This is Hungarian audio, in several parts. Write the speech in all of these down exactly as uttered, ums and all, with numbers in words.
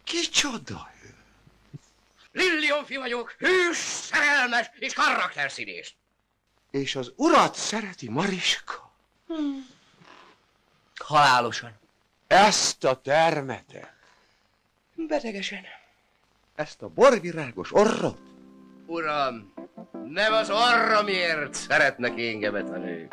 Kicsoda ő? Lillionfi vagyok, hűs, szerelmes és karakterszínész. És az urat szereti Mariska? Hmm. Halálosan. Ezt a termete? Betegesen. Ezt a borvirágos orrot? Uram, nem az orromért szeretnek engemet a nők.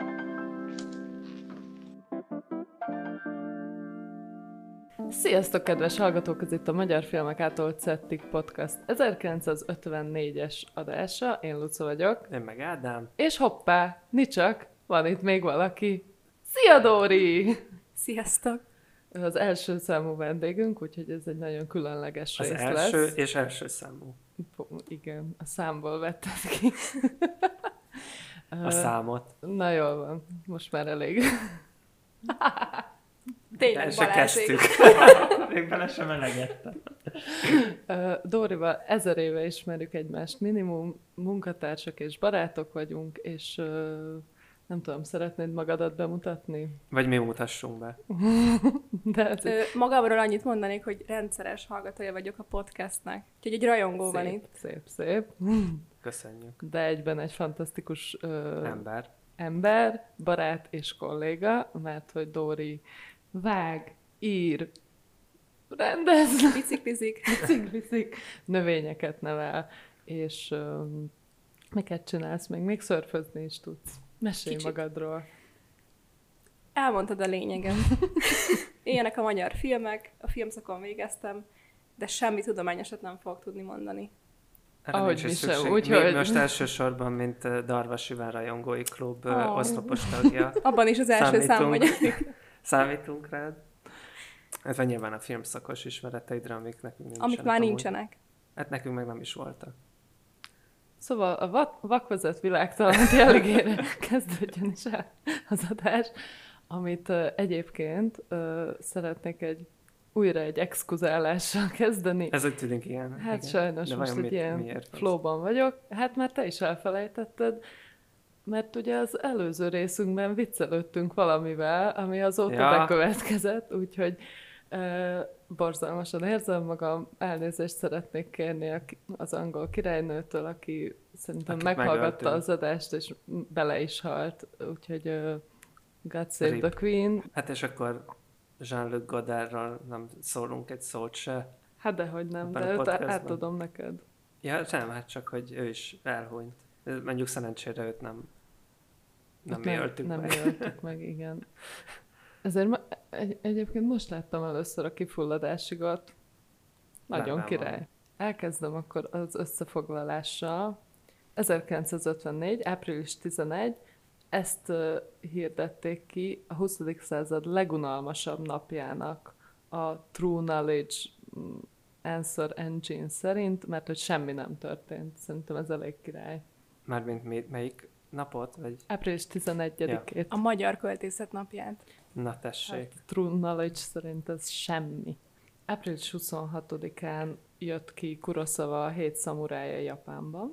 Sziasztok, kedves hallgatók! Ez itt a Magyar Filmek által Cettik Podcast ezerkilencszázötvennégyes adása. Én Luca vagyok. Én meg Ádám. És hoppá, nicsak, van itt még valaki. Szia, Dóri! Sziasztok! Az első számú vendégünk, úgyhogy ez egy nagyon különleges az rész első lesz. Az első és első számú. Igen, a számból vetted ki. A számot. Na jól van, most már elég. Tényleg se kezdtük. Még bele sem elegettem. Dórival ezer éve ismerjük egymást, minimum munkatársak és barátok vagyunk, és nem tudom, szeretnéd magadat bemutatni? Vagy mi mutassunk be? De ez Ö, magamról annyit mondanék, hogy rendszeres hallgatója vagyok a podcastnek. Úgyhogy egy rajongó szép, van itt. Szép, szép. Köszönjük. De egyben egy fantasztikus ö, ember. ember, barát és kolléga, mert hogy Dóri vág, ír, rendez, biciklizik, biciklizik, növényeket nevel, és ö, miket csinálsz még? Még szörfözni is tudsz. Mesélj Kicsit. magadról. Elmondtad a lényeget. Éljenek a magyar filmek, a filmszakon végeztem, de semmi tudományosat nem fogok tudni mondani. Erre ahogy mi sem, úgyhogy... Most elsősorban, mint Darvas Iván Rajongói Klub oh. oszlopos tagja. Abban is az első szám vagy. Számítunk rád. Ez van nyilván a filmszakos ismereteidre, amik nekünk nincsenek. Amik már amúgy. nincsenek. Hát nekünk meg nem is voltak. Szóval a vak- vakvezet világtalan jellegére kezdődjön is el az adás, amit uh, egyébként uh, szeretnék egy újra egy exkuzálással kezdeni. Ez úgy tűnik, igen. Hát igen. sajnos de most egy mit, ilyen flowban vagyok. Hát már te is elfelejtetted, mert ugye az előző részünkben viccelődtünk valamivel, ami azóta ja. bekövetkezett, úgyhogy uh, borzalmasan érzem magam, elnézést szeretnék kérni az angol királynőtől, aki szerintem Akit meghallgatta megöltünk. az adást, és bele is halt, úgyhogy uh, God save Rip. the Queen. Hát és akkor Jean-Luc Godardról nem szólunk egy szót se. Hát dehogy nem, de őt átadom neked. Ja, nem, hát csak, hogy ő is elhunyt. Mondjuk szerencsére őt nem nem nem, éltük nem meg. Nem éltük meg, igen. Ezért ma, egy, egyébként most láttam először a Kifulladásígat. Nagyon nem, király. Nem Elkezdem akkor az összefoglalással. ezerkilencszázötvennégy. április tizenegy. Ezt uh, hirdették ki a huszadik század legunalmasabb napjának a True Knowledge Answer Engine szerint, mert hogy semmi nem történt. Szerintem ez elég király. Mármint mi, melyik napot? Vagy? április tizenegyedikét. Ja. A Magyar Költészet napját. Na tessék. Hát, True Knowledge szerint ez semmi. április huszonhatodikán jött ki Kurosawa a Hét szamurája Japánban.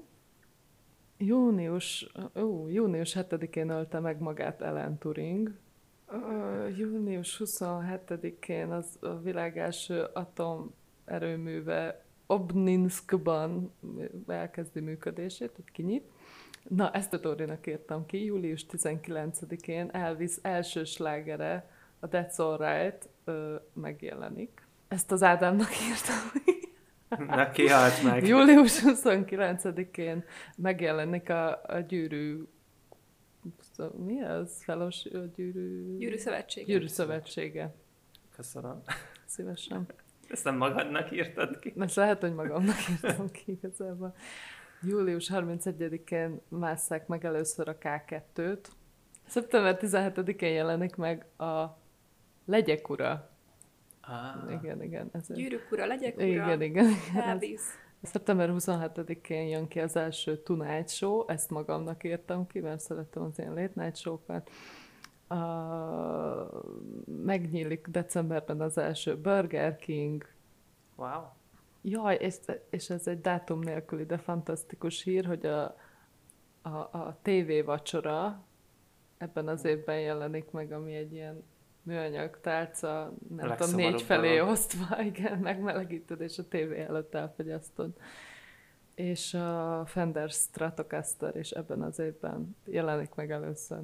Június, ó, június hetedikén ölte meg magát Alan Turing. Uh, június huszonhetedikén az a világ első atomerőműve Obninskban elkezdi működését, tehát kinyit. Na, ezt a Dórinak írtam ki. július tizenkilencedikén Elvis első slágere, a That's Alright uh, megjelenik. Ezt az Ádámnak írtam. Na, ki halt meg? július huszonkilencedikén megjelenik a, a gyűrű... Mi az? Felos a gyűrű... Gyűrű szövetsége. Gyűrű szövetsége. Köszönöm. Szívesen. Ezt nem magadnak írtad ki? Ezt lehet, hogy magamnak írtam ki igazából. július harmincegyedikén másszák meg először a ká kettőt. szeptember tizenhetedikén jelenik meg a Legyek ura. Ah. Igen, igen. Ezért. Gyűrűk ura, Legyek ura, igen, igen, igen. Elvis. szeptember huszonhetedikén jön ki az első Tonight Show, ezt magamnak írtam ki, mert szeretem az ilyen late night show-kat. Uh, megnyílik decemberben az első Burger King. Wow. Jaj, és, és ez egy dátum nélküli, de fantasztikus hír, hogy a, a, a tévévacsora ebben az évben jelenik meg, ami egy ilyen műanyag tálca, nem A tudom, négy legszomorúbb felé dolog. osztva, igen, megmelegíted, és a tévé előtt elfogyasztod. És a Fender Stratocaster is ebben az évben jelenik meg először.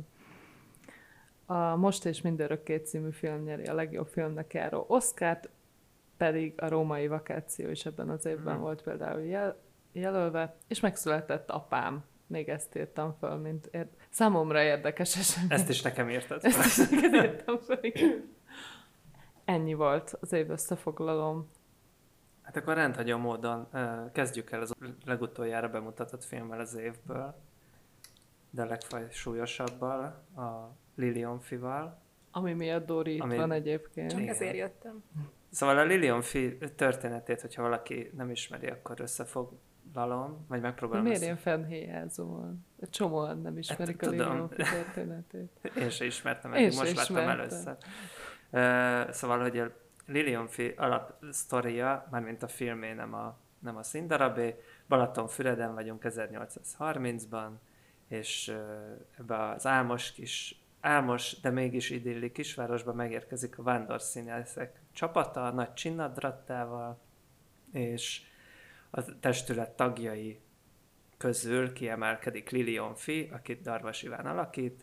A Most és Mindörökké című film nyeri a legjobb filmnek járó Oscart, pedig a Római Vakáció is ebben az évben Mhm. volt például jel- jelölve, és megszületett Apám. Még ezt írtam föl, mint ér- számomra érdekes esemény. Ezt is nekem írtad. Ezt is neked írtam föl, igen. Ennyi volt az év összefoglalom. Hát akkor rendhagyó módon uh, kezdjük el az legutoljára bemutatott filmmel az évből, de a legfajsúlyosabbal, a Lilionfival. Ami miatt Dóri itt Ami- van egyébként. Csak Igen. ezért jöttem. Szóval a Lilionfi történetét, hogyha valaki nem ismeri, akkor összefoglalom, vagy De megpróbálom miért össze... ilyen fennhéjázol? Csomóan nem ismerik Hát, a tudom. Lilian történetét. Én se ismertem, Én eddig se most láttam ismertem. először. Uh, szóval, hogy a Lilionfi alapsztoria, mármint a filmé, nem a, nem a színdarabé. Balatonfüreden vagyunk ezernyolcszázharmincban, és uh, ebbe az álmos kis, álmos, de mégis idilli kisvárosba megérkezik a vándorszínészek csapata, nagy csinnadrattával, és a testület tagjai közül kiemelkedik Lilionfi, akit Darvas Iván alakít,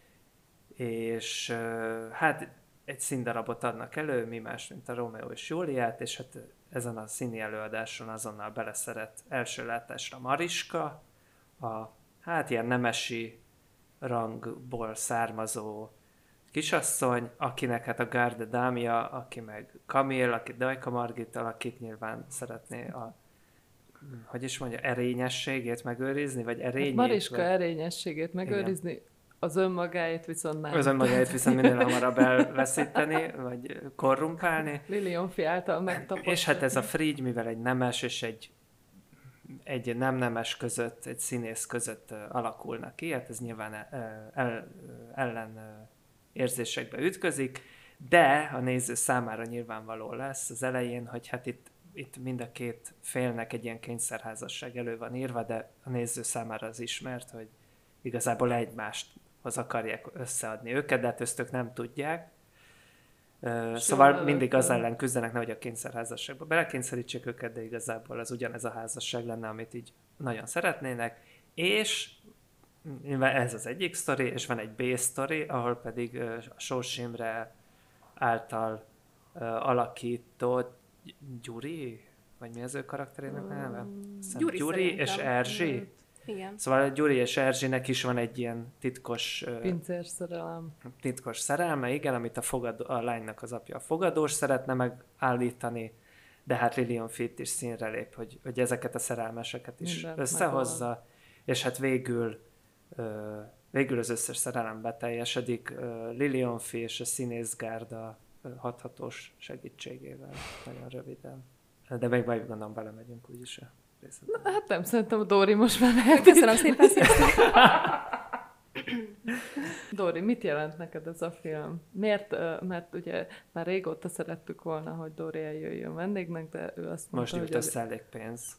és uh, hát egy színdarabot adnak elő, mi más, mint a Rómeó és Júliát, és hát ezen a színi előadáson azonnal beleszeret első látásra Mariska, a hát ilyen nemesi rangból származó kisasszony, akinek hát a Garde Dámja, aki meg Camille, aki Dajka Margit alakít, nyilván szeretné a, hogy is mondja, erényességét megőrizni, vagy erényét. Hát Mariska vagy... erényességét megőrizni, az önmagáét viszont nem. Az önmagáit viszont minél hamarabb elveszíteni, vagy korrumpálni. Lilionfi által megtapossatni. És hát ez a Frigy, mivel egy nemes és egy, egy nem nemes között, egy színész között uh, alakulnak ki, hát ez nyilván uh, el, ellen uh, érzésekbe ütközik, de a néző számára nyilvánvaló lesz az elején, hogy hát itt, itt mind a két félnek egy ilyen kényszerházasság elő van írva, de a néző számára az ismert, hogy igazából egymásthoz akarják összeadni őket, de hát ezt ők nem tudják. Uh, szóval jól mindig az előtt. ellen küzdenek, nehogy a kényszerházasságba belekényszerítsék őket, de igazából az ugyanez a házasság lenne, amit így nagyon szeretnének. És nyilván ez az egyik sztori, és van egy B-sztori, ahol pedig uh, a Sós Imre által uh, alakított Gyuri, vagy mi az ő karakterének neve? Hiszem, Gyuri Gyuri és szerintem. Erzsi. Igen. Szóval a Gyuri és Erzsinek is van egy ilyen titkos, uh, Pincér szerelem. titkos szerelme, igen, amit a, fogadó, a lánynak az apja a fogadós szeretne megállítani, de hát Lilian Fit is színre lép, hogy, hogy ezeket a szerelmeseket is Mindent összehozza, és hát végül ö, végül az összes szerelem beteljesedik ö, Lilian Fi és a színészgárda ö, hathatós segítségével, nagyon röviden. De még majd gondolom belemegyünk úgyis a részletbe. Hát nem, szerintem a Dóri most már mehet. Köszönöm szépen, sziasztok! Dóri, mit jelent neked ez a film? Miért? ö, Mert ugye már régóta szerettük volna, hogy Dóri eljöjjön vendégnek, de ő azt mondta, Most jut hogy össze elég pénz.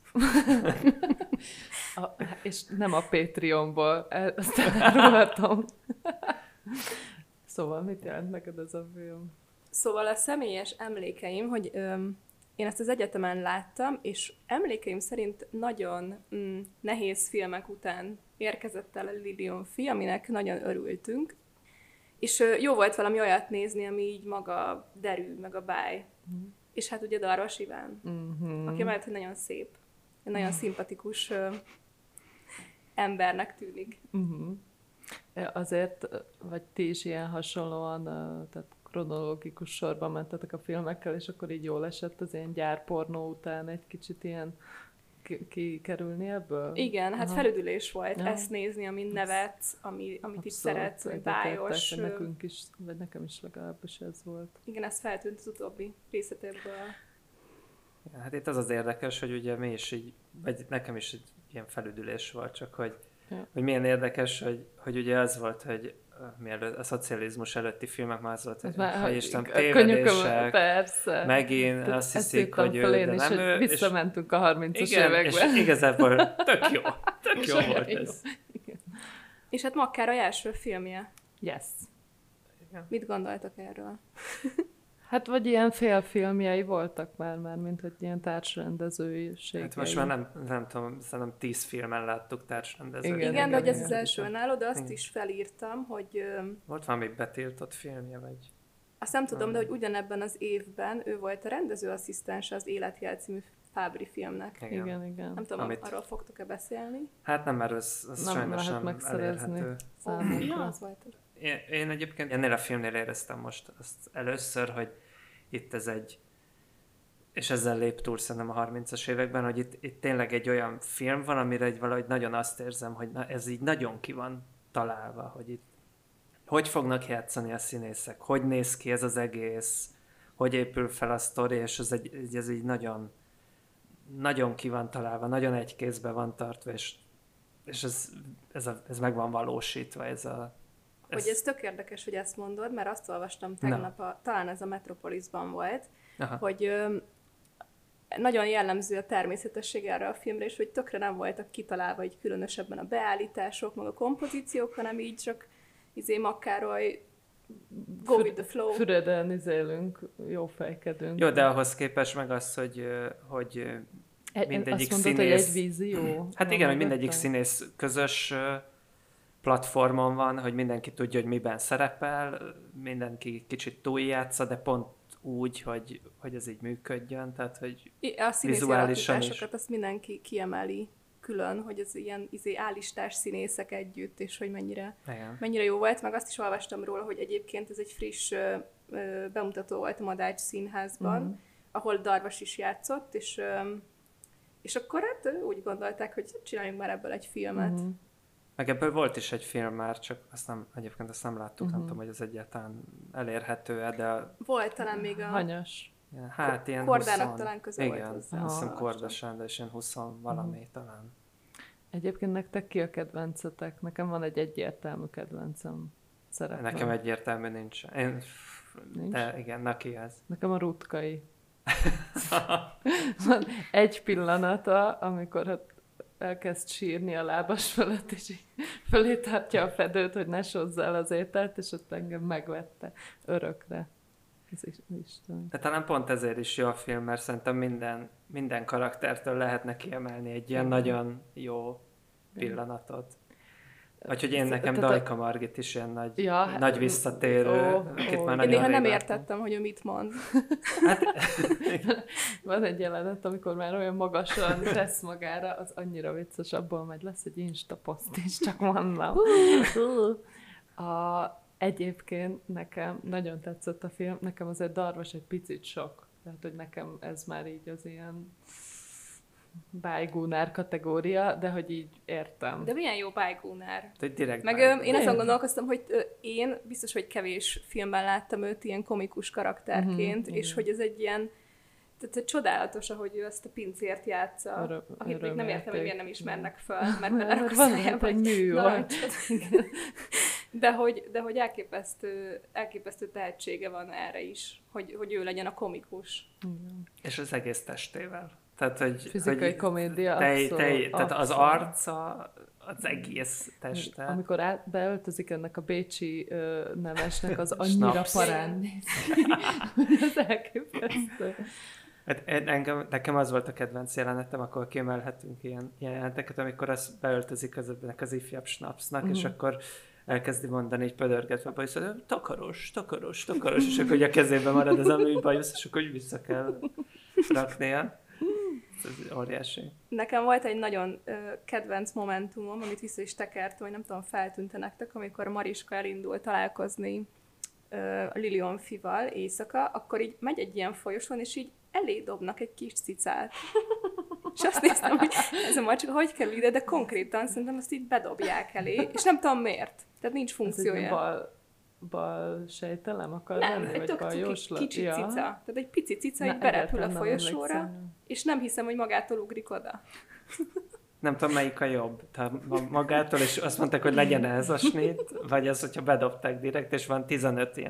a, és nem a Patreonból, e- azt elárulhatom. Szóval mit jelent neked ez a film? Szóval a személyes emlékeim, hogy öm, én ezt az egyetemen láttam, és emlékeim szerint nagyon mm, nehéz filmek után érkezett el a Lilionfi, aminek nagyon örültünk. És ö, jó volt valami olyat nézni, ami így maga derű, meg a báj. Mm. És hát ugye Darvas Iván, Mm-hmm. aki mellett, hogy nagyon szép, egy nagyon szimpatikus ö, embernek tűnik. Uh-huh. Azért, vagy ti is ilyen hasonlóan, ö, tehát kronológikus sorban mentetek a filmekkel, és akkor így jól esett az ilyen gyárpornó után egy kicsit ilyen ki- kikerülni ebből? Igen, hát Aha. felüdülés volt Ja. ezt nézni, amin nevetsz, ami, amit így szeretsz, hogy egyetértek, bájos. hogy ö, nekünk is, vagy nekem is legalábbis ez volt. Igen, ez feltűnt az utóbbi részletéből. Hát itt az az érdekes, hogy ugye mi is így, vagy nekem is egy ilyen felüdülés volt, csak hogy, Ja. hogy milyen érdekes, hogy, hogy ugye az volt, hogy uh, mielőtt a szocializmus előtti filmek már az volt, hogy ha Isten tévedések, persze. megint Tehát azt ezt hiszik, írtam hogy föl ő, én de is, nem hogy ő. És visszamentünk a harmincas igen, évekbe. és igazából tök jó, tök jó És volt jó. ez. És hát Makkára első filmje. Yes. Ja. Mit gondoltak erről? Hát vagy ilyen félfilmjei voltak már, már mint hogy ilyen társrendezőségei. Hát most már nem, nem tudom, szerintem tíz filmen láttuk társrendezőt. Igen, Igen, de hogy ez igen, az első önálló, de azt Igen. is felírtam, hogy ö, Volt valami betiltott filmje, vagy... azt nem tudom, de hogy ugyanebben az évben ő volt a rendezőasszisztense az Életjel című Fábri filmnek. Igen. Igen, igen. Nem tudom, Amit- arról fogtok-e beszélni? Hát nem, mert az, az Nem sajnos lehet nem megszerezni. elérhető. Számunkra. Ja, az volt. Én, én egyébként ennél a filmnél éreztem most azt először, hogy itt ez egy, és ezzel lép túl szerintem a harmincas években, hogy itt, itt tényleg egy olyan film van, amire egy valahogy nagyon azt érzem, hogy na, ez így nagyon ki van találva, hogy itt hogy fognak játszani a színészek, hogy néz ki ez az egész, hogy épül fel a sztori, és ez, egy, ez így nagyon, nagyon ki van találva, nagyon egy kézbe van tartva, és, és ez, ez, a, ez meg van valósítva, ez a Hogy ez tök érdekes, hogy ezt mondod, mert azt olvastam tegnap, a, talán ez a Metropolisban volt, Aha. hogy ö, nagyon jellemző a természetesség erre a filmre, és hogy tökre nem voltak kitalálva, hogy különösebben a beállítások, meg a kompozíciók, hanem így csak izé Makkároly, go with the flow. Füreden izélünk, jó fejkedünk. Jó, de ahhoz képest meg az, hogy, ö, hogy ö, Egy- mindegyik azt mondod, színész... hogy egy vízió? Hát van igen, hogy mindegyik mögötte? színész közös ö, platformon van, hogy mindenki tudja, hogy miben szerepel, mindenki kicsit túljátsza, de pont úgy, hogy, hogy ez így működjön, tehát hogy I- A színészi vizuálisan is. alakításokat azt mindenki kiemeli külön, hogy az ilyen izé, állistás színészek együtt, és hogy mennyire, igen. mennyire jó volt, meg azt is olvastam róla, hogy egyébként ez egy friss ö, ö, bemutató volt a Madács Színházban, Mhm. ahol Darvas is játszott, és, ö, és akkor hát ö, úgy gondolták, hogy csináljunk már ebből egy filmet. Mhm. Meg ebből volt is egy film már, csak azt nem, egyébként azt nem láttuk, Mhm. nem tudom, hogy ez egyáltalán elérhető-e, de Volt talán még a Hanyas. ilyen, hát ilyen Kordának húsz talán köze volt igen, hozzá. azt hiszem Aha. Korda Sándor, és ilyen húsz valami talán. Egyébként nektek ki a kedvencetek? Nekem van egy egyértelmű kedvencem. Szeretem. Nekem egyértelmű nincs. Én, Nincs? de igen, neki ez. Nekem a rutkai. Van egy pillanata, amikor hát elkezd sírni a lábas fölött, és így fölé tartja a fedőt, hogy ne sozza el az ételt, és ott engem megvette örökre. Ez is Isten. De talán pont ezért is jó a film, mert szerintem minden, minden karaktertől lehetne kiemelni egy ilyen Igen. nagyon jó pillanatot. Vagy hogy én Ez- nekem tehát a- Dajka Margit is ilyen nagy, Ja, hát- nagy visszatérő, Ó, akit ó, már Én Én nagyon néha nem rég értettem, hogy ő mit mond. Hát, Van egy jelenet, amikor már olyan magasan tesz magára, az annyira vicces, abból majd lesz egy Insta poszt is, csak mondom. A, egyébként nekem nagyon tetszett a film, nekem azért Darvas egy picit sok. Tehát, hogy nekem ez már így az ilyen bájgúnár kategória, de hogy így értem. De milyen jó bájgónár. hogy direkt Meg bár- ö, én azon Nem. gondolkoztam, hogy ö, én biztos, hogy kevés filmben láttam őt ilyen komikus karakterként, Mhm, és igen. hogy ez egy ilyen, tehát hogy csodálatos, ahogy ő ezt a pincért játsza, Öröm- akit még nem értem, hogy miért nem örömjáték. ismernek fel, mert Mert belerak a van szájába egy mű Na, volt. igen. de hogy, de hogy elképesztő, elképesztő tehetsége van erre is, hogy, hogy ő legyen a komikus. Igen. És az egész testével. Tehát, hogy, Fizikai hogy komédia, Te, abszolút, te, tehát az abszolút. arca, az egész teste. Amikor át, beöltözik ennek a bécsi ö, nemesnek, az annyira Snaps. parán néz ki, hogy az elképesztő. Hát en- engem, nekem az volt a kedvenc jelenetem, akkor kiemelhetünk ilyen, ilyen jeleneteket, amikor az beöltözik az, ennek az ifjabb snapsnak, és Mhm. akkor elkezdi mondani, így pödörgetve a bajusz, hogy takaros, takaros, takaros, és akkor ugye a kezében marad az a műbajusz, és akkor úgy vissza kell raknia. Ez óriási. Nekem volt egy nagyon ö, kedvenc momentumom, amit vissza is tekertem, hogy nem tudom, feltűnte nektek, amikor Mariska elindul találkozni ö, Lilion fival éjszaka, akkor így megy egy ilyen folyosón, és így elé dobnak egy kis cicát. És azt néztem, hogy ez a macska hogy kerül ide, de konkrétan szerintem azt így bedobják elé, és nem tudom miért. Tehát nincs Ez egy funkciója. bal, bal sejtelem akar Nem, lenni, egy vagy tök bal cuki, jóslat? kicsi Ja. cica. Tehát egy pici cica Na, így berepül a egyáltalán nem folyosóra, emlékszem. és nem hiszem, hogy magától ugrik oda. Nem tudom, melyik a jobb. Tehát ma- magától, és azt mondták, hogy legyen ez a snit, vagy az, hogyha bedobták direkt, és van tizenöt ilyen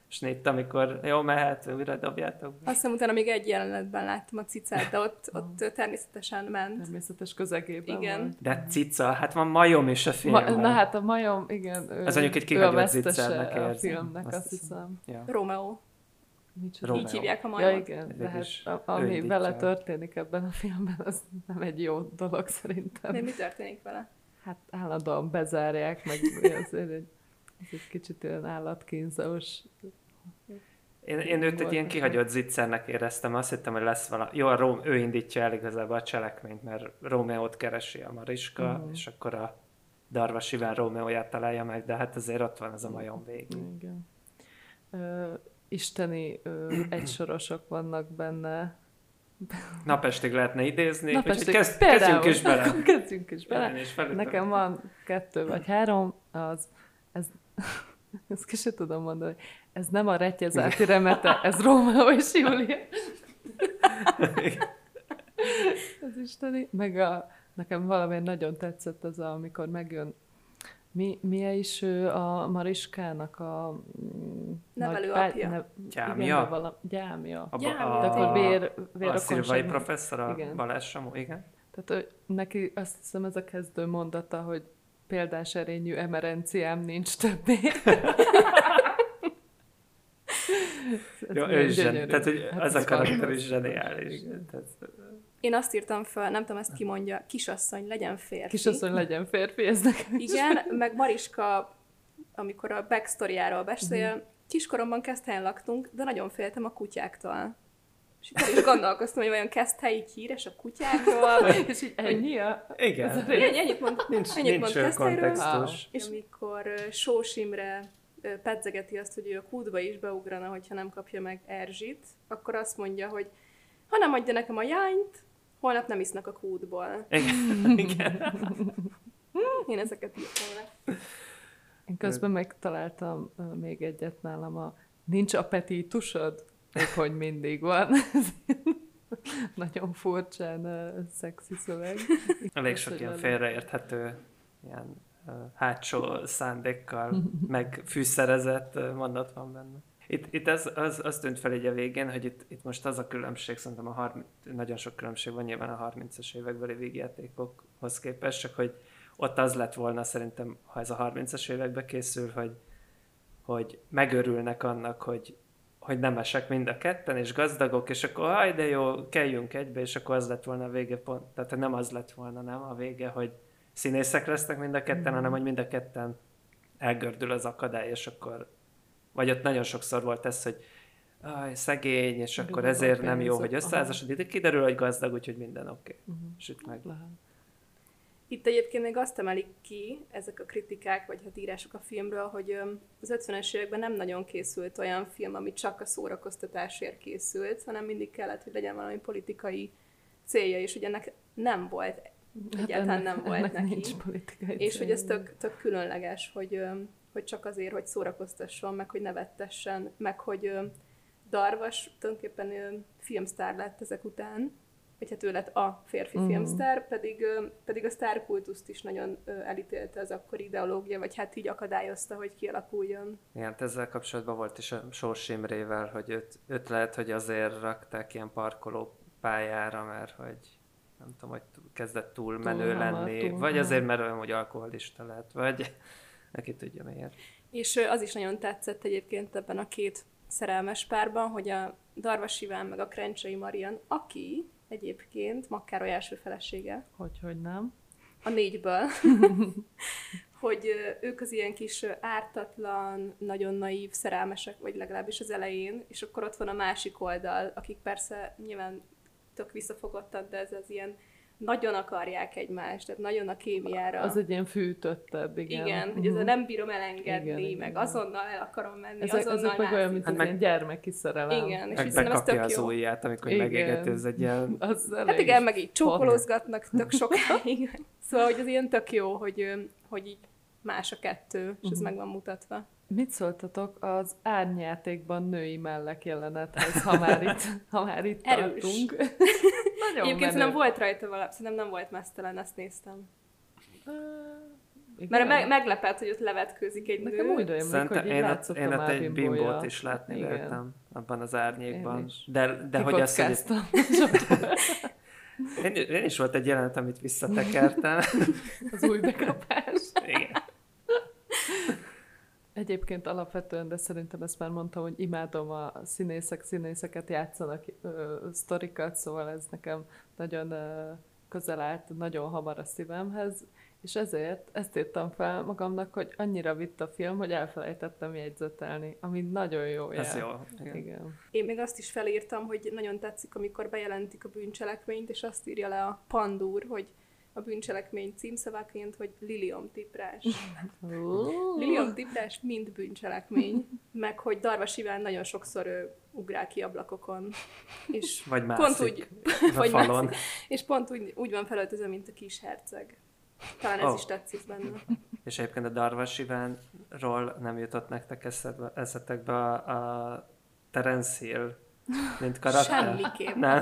snit, amikor jó, mehet, újra dobjátok be. Azt hiszem, utána még egy jelenetben láttam a cicát, de ott, ott természetesen ment. Természetes közegében Igen. volt. De cica, hát van majom is a Ma, filmben. na hát a majom, igen, ő, Ez mondjuk egy ő a kihagyott vesztese zicsernek a érzem. filmnek, azt, Azt azt hiszem. hiszem. Ja. Romeo. Micsoda? Romeo. Így hívják a Ja, majmot. igen, de Végül hát is a- ő ami indítja. vele történik ebben a filmben, az nem egy jó dolog szerintem. De mi történik vele? Hát állandóan bezárják, meg azért egy, ez egy kicsit olyan állatkínzós. Én, én őt egy Volt ilyen neki. kihagyott zicsernek éreztem, azt hittem, hogy lesz valami. Jó, a Róm, ő indítja el igazából a cselekményt, mert Rómeót keresi a Mariska, Mhm. és akkor a Darvas Iván Rómeóját találja meg, de hát azért ott van ez a majom végén. Igen. Ö, isteni ö, egysorosok vannak benne. Napestig lehetne idézni, Napestig. úgyhogy kezd, Például, kezdjünk is bele. akkor kezdjünk is bele. Én is felütöm. Nekem van kettő vagy három, az, ez, ezt ki sem tudom mondani, ez nem a Retyezálti remete, ez Rómeó és Júlia. Az isteni. Meg a, nekem valamiért nagyon tetszett az, a, amikor megjön, mi, mi is ő a Mariskának a mm, Nevelő nagy pár- apja. Ne, Gyámja? Igen, de vala, gyámja. A, Ja, a, De a, akkor vér, a szilvai vérrokonság. professzor, a Igen. Balázs Samó, igen. Tehát ő, neki azt hiszem ez a kezdő mondata, hogy példás erényű emerenciám nincs többé. Ez Jó, milyen ő is zseni, gyönyörű. tehát hogy Hát az a ez karakter is fantasztikus. zseniális. Tehát, Én azt írtam fel, nem tudom, ezt ki mondja, kisasszony, legyen férfi. Kisasszony legyen férfi, ez nekem is. Igen, meg Mariska, amikor a backstoryáról beszél, Mhm. kiskoromban Keszthelyen laktunk, de nagyon féltem a kutyáktól. És itt el is gondolkoztam, hogy vajon Keszthely így híres a kutyákról. És így ennyi a... igen, Ez a Ennyi, ennyit mond, nincs, ennyit nincs mond ő Keszthelyről. kontextus. És amikor ö, Sós Imre ö, pedzegeti azt, hogy ő a kútba is beugrana, hogyha nem kapja meg Erzsit, akkor azt mondja, hogy ha nem adja nekem a jányt, holnap nem isznak a kútból. Igen, igen. Én ezeket írtam le. Én közben megtaláltam ö, még egyet nálam a nincs appetitusod? Még hogy mindig van. Nagyon furcsán uh, szexi szöveg. Elég Az, sok hogy ilyen elég- félreérthető, ilyen uh, hátsó szándékkal megfűszerezett uh, mondat van benne. Itt, itt ez, az, az tűnt fel így a végén, hogy itt, itt most az a különbség, szerintem a harminc, nagyon sok különbség van nyilván a harmincas évekbeli vígjátékokhoz képest, csak hogy ott az lett volna szerintem, ha ez a harmincas években készül, hogy, hogy megörülnek annak, hogy hogy nemesek mind a ketten, és gazdagok, és akkor haj, de jó, kelljünk egybe, és akkor az lett volna a vége pont. Tehát nem az lett volna, nem a vége, hogy színészek lesznek mind a ketten, mm. hanem hogy mind a ketten elgördül az akadály, és akkor vagy ott nagyon sokszor volt ez, hogy aj, szegény, és akkor Rúgva ezért nem jó, pénzok, hogy összeházasodik, de kiderül, hogy gazdag, úgyhogy minden oké. Okay. Uh-huh. És itt meg... Lehet. Itt egyébként még azt emelik ki, ezek a kritikák, vagy hát írások a filmről, hogy öm, az ötvenes években nem nagyon készült olyan film, ami csak a szórakoztatásért készült, hanem mindig kellett, hogy legyen valami politikai célja, és hogy ennek nem volt, egyáltalán ennek- nem volt ennek neki. Nincs politikai És hogy ez célja. tök, tök különleges, hogy, öm, hogy csak azért, hogy szórakoztasson, meg hogy nevettessen, meg hogy öm, Darvas tulajdonképpen öm, filmsztár lett ezek után, vagy hát ő lett a férfi Mhm. filmsztár, pedig, ö, pedig a sztárkultuszt is nagyon ö, elítélte az akkori ideológia, vagy hát így akadályozta, hogy kialakuljon. Igen, ezzel kapcsolatban volt is a Sós Imrével, hogy őt, őt lehet, hogy azért rakták ilyen parkoló pályára, mert hogy nem tudom, hogy kezdett túl menő Túl hamar, lenni, túl vagy hamar. azért, mert olyan, hogy alkoholista lett, vagy neki tudja miért. És ö, az is nagyon tetszett egyébként ebben a két szerelmes párban, hogy a Darvas Iván meg a Krencsei Marian, aki egyébként Makkároly első felesége, Hogy, hogy nem. a négyből, hogy ö, ők az ilyen kis ö, ártatlan, nagyon naív szerelmesek, vagy legalábbis az elején, és akkor ott van a másik oldal, akik persze nyilván tök visszafogottak, de ez az ilyen nagyon akarják egymást, tehát nagyon a kémiára. Az egy ilyen fűtöttebb, igen. Igen, hogy ez a nem bírom elengedni, Igen, igen. meg azonnal el akarom menni, Ezek, azonnal ezek meg olyan, mint Hát az meg- ilyen gyermeki szerelem. Igen, és Meg így szerintem ez bekapja tök az jó. ujját, amikor Igen. megégető, ez egy ilyen... Az elég Hát igen, meg így pont. csókolózgatnak tök sokáig. Szóval, hogy az ilyen tök jó, hogy, ö, hogy így más a kettő, és ez Mhm. meg van mutatva. Mit szóltatok az árnyátékban női mellek jelenethez, ha már itt, ha már itt Erős. tartunk? Nagyon Egyébként menő. szerintem volt rajta valami, szerintem nem volt mesztelen, azt néztem. Ö, Igen? Mert me- meglepett, hogy ott levetkőzik egy Nekem nő. úgy rémlik, Szerintem hogy így én ott, látszottam én ott már egy bimbója. bimbót is látni Igen. véltem abban az Én árnyékban. is. De, de hogy az, hogy Kikockáztam. én, én is volt egy jelenet, amit visszatekertem. Az új bekapás. Igen. Egyébként alapvetően, de szerintem ezt már mondtam, hogy imádom a színészek, színészeket játszanak ö, sztorikat, szóval ez nekem nagyon ö, közel állt, nagyon hamar a szívemhez, és ezért ezt írtam fel magamnak, hogy annyira vitt a film, hogy elfelejtettem jegyzetelni, ami nagyon jó jel. Ez jó. Igen. Igen. Én még azt is felírtam, hogy nagyon tetszik, amikor bejelentik a bűncselekményt, és azt írja le a Pandúr, hogy a bűncselekmény címszavaként, hogy Lilium tiprás. Lilium tiprás mind bűncselekmény, meg hogy Darvas Iván nagyon sokszor ő ugrál ki ablakokon. És Vagy pont mászik úgy, a vagy falon. mászik, és pont úgy, úgy van felöltözve, mint a kis herceg. Talán ez Oh. is tetszik benne. És egyébként a Darvas Ivánról nem jutott nektek eszetbe, eszetekbe a, a Terence Hill, mint karakter? Semmiképp. Nem.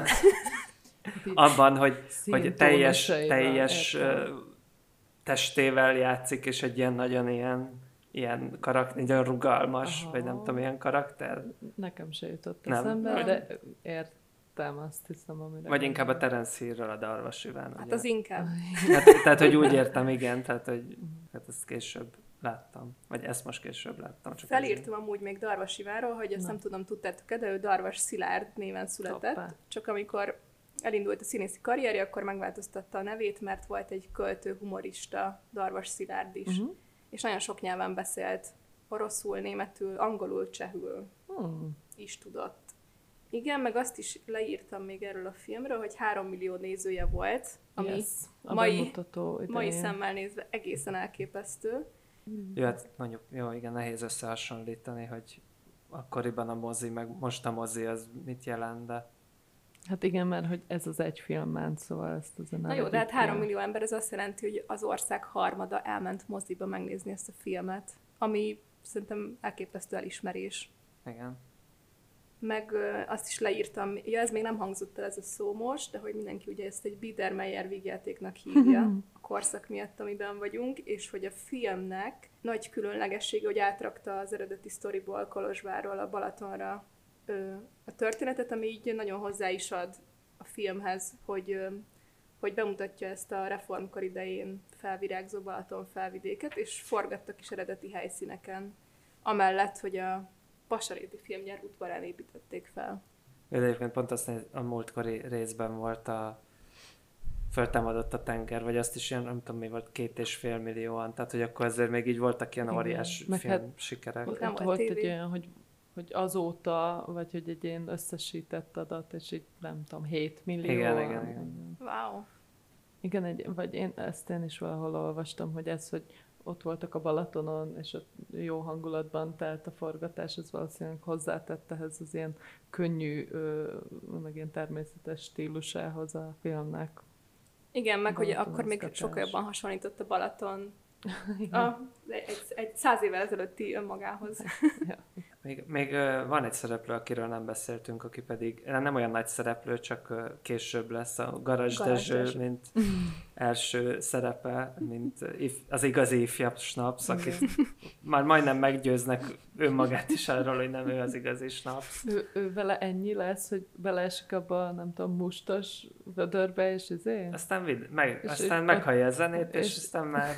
Abban, hogy, hogy Színtónusaival, teljes, teljes értem. ö, testével játszik, és egy ilyen nagyon ilyen, ilyen karakter, nagyon rugalmas, Aha. vagy nem tudom, ilyen karakter. Nekem se jutott Nem. eszembe, Nem. de értem, azt hiszem, amire Vagy inkább a gondolom. Terence Hillről a Darvas Iván. Hát ugye? az inkább. tehát, tehát, hogy úgy értem, igen, tehát, hogy hát ezt később láttam. Vagy ezt most később láttam. Csak Felírtam amúgy még Darvas Ivánról, hogy ezt Na. nem tudom, tudtátok-e, de ő Darvas Szilárd néven született. Hoppá. Csak amikor elindult a színészi karrierje, akkor megváltoztatta a nevét, mert volt egy költő, humorista, Darvas Szilárd is. Uh-huh. És nagyon sok nyelven beszélt. Oroszul, németül, angolul, csehül Hmm. is tudott. Igen, meg azt is leírtam még erről a filmről, hogy három millió nézője volt, ami Yes. A mai, bemutató mai idején. szemmel nézve egészen elképesztő. Jó, hát mondjuk, jó, igen, nehéz összehasonlítani, hogy akkoriban a mozi, meg most a mozi, az mit jelent, de Hát igen, mert hogy ez az egy film ment, szóval ezt azért Na nem jó, de hát vegyük három ki. millió ember, ez azt jelenti, hogy az ország harmada elment moziba megnézni ezt a filmet, ami szerintem elképesztő elismerés. igen. Meg ö, azt is leírtam, ja ez még nem hangzott el ez a szó most, de hogy mindenki ugye ezt egy Biedermeier vígjátéknak hívja a korszak miatt, amiben vagyunk, és hogy a filmnek nagy különlegessége, hogy átrakta az eredeti sztoriból Kolozsvárról a Balatonra ö, a történetet, ami így nagyon hozzá is ad a filmhez, hogy, ö, hogy bemutatja ezt a reformkor idején felvirágzó Balaton felvidéket, és forgattak is eredeti helyszíneken. Amellett, hogy a Pasaréti filmgyár udvarán építették fel. De egyébként pont azt néz, a múltkori részben volt a föltámadott a tenger, vagy azt is ilyen, nem tudom mi volt, két és fél millióan, tehát hogy akkor azért még így voltak ilyen Igen. óriás Meg film hát- sikerek. Ott nem Ott volt volt tévé. egy olyan, hogy, hogy azóta, vagy hogy egy ilyen összesített adat, és így nem tudom, hét millió. Igen, igen, igen. Wow. Igen, egy, vagy én ezt én is valahol olvastam, hogy ez, hogy ott voltak a Balatonon, és ott jó hangulatban telt a forgatás, ez valószínűleg hozzátett ehhez az ilyen könnyű, ö, meg ilyen természetes stílusához a filmnek. Igen, meg hogy Balaton akkor még mozgatás. sokkal jobban hasonlított a Balaton a, egy, egy száz évvel ezelőtti önmagához. Még, még ö, van egy szereplő, akiről nem beszéltünk, aki pedig nem olyan nagy szereplő, csak ö, később lesz a Garázs Garázs Dezső, Dezső. mint első szerepe, mint if, az igazi ifjabb snaps, akit már majdnem meggyőznek önmagát is arról, hogy nem ő az igazi snaps. Ő, ő vele ennyi lesz, hogy beleesik abba, nem tudom, mustos vödörbe, és izé? Aztán, vid, meg, És aztán ő- meghallja a zenét, és, és- aztán már...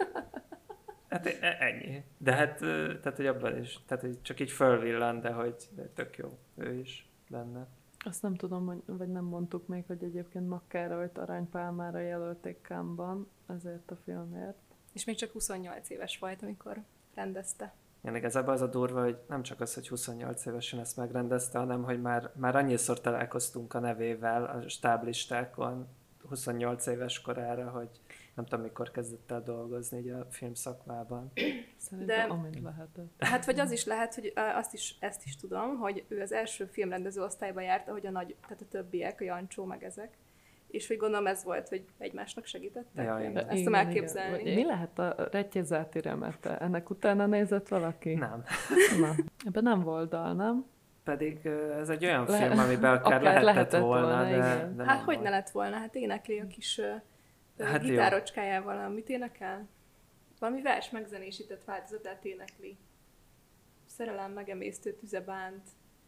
Hát e- ennyi. De hát, ö, tehát, hogy abban is, tehát, hogy csak így fölvillan, de hogy de tök jó ő is benne. Azt nem tudom, hogy, vagy nem mondtuk még, hogy egyébként McCarroyt aranypálmára jelölték Cannes-ban ezért a filmért. És még csak huszonnyolc éves volt, amikor rendezte. Igen, igazából az a durva, hogy nem csak az, hogy huszonnyolc évesen ezt megrendezte, hanem hogy már, már annyiszor találkoztunk a nevével a stáblistákon huszonnyolc éves korára, hogy nem tudom, mikor kezdett el dolgozni így a filmszakmában. Szerintem De- amint lehetett. Hát vagy az is lehet, hogy ö, azt is, ezt is tudom, hogy ő az első filmrendező osztályba járt, ahogy a nagy, tehát a többiek, a Jancsó meg ezek. És hogy gondolom ez volt, hogy egymásnak segítettek. Ja, Én igen. ezt tudom elképzelni. Vagy mi lehet a Retyézáti Remete? Ennek utána nézett valaki? Nem. Na, ebben nem volt dal, nem? Pedig ö, ez egy olyan Le- film, amiben akár, akár lehetett, lehetett volna, volna, de, igen. de Hát nem hogy volt. ne lett volna? Hát énekli a kis ö, ö, Hát jó. gitárocskájával, mit énekel? valami vers megzenésített változatát énekli. Szerelem megemésztő tüze bánt.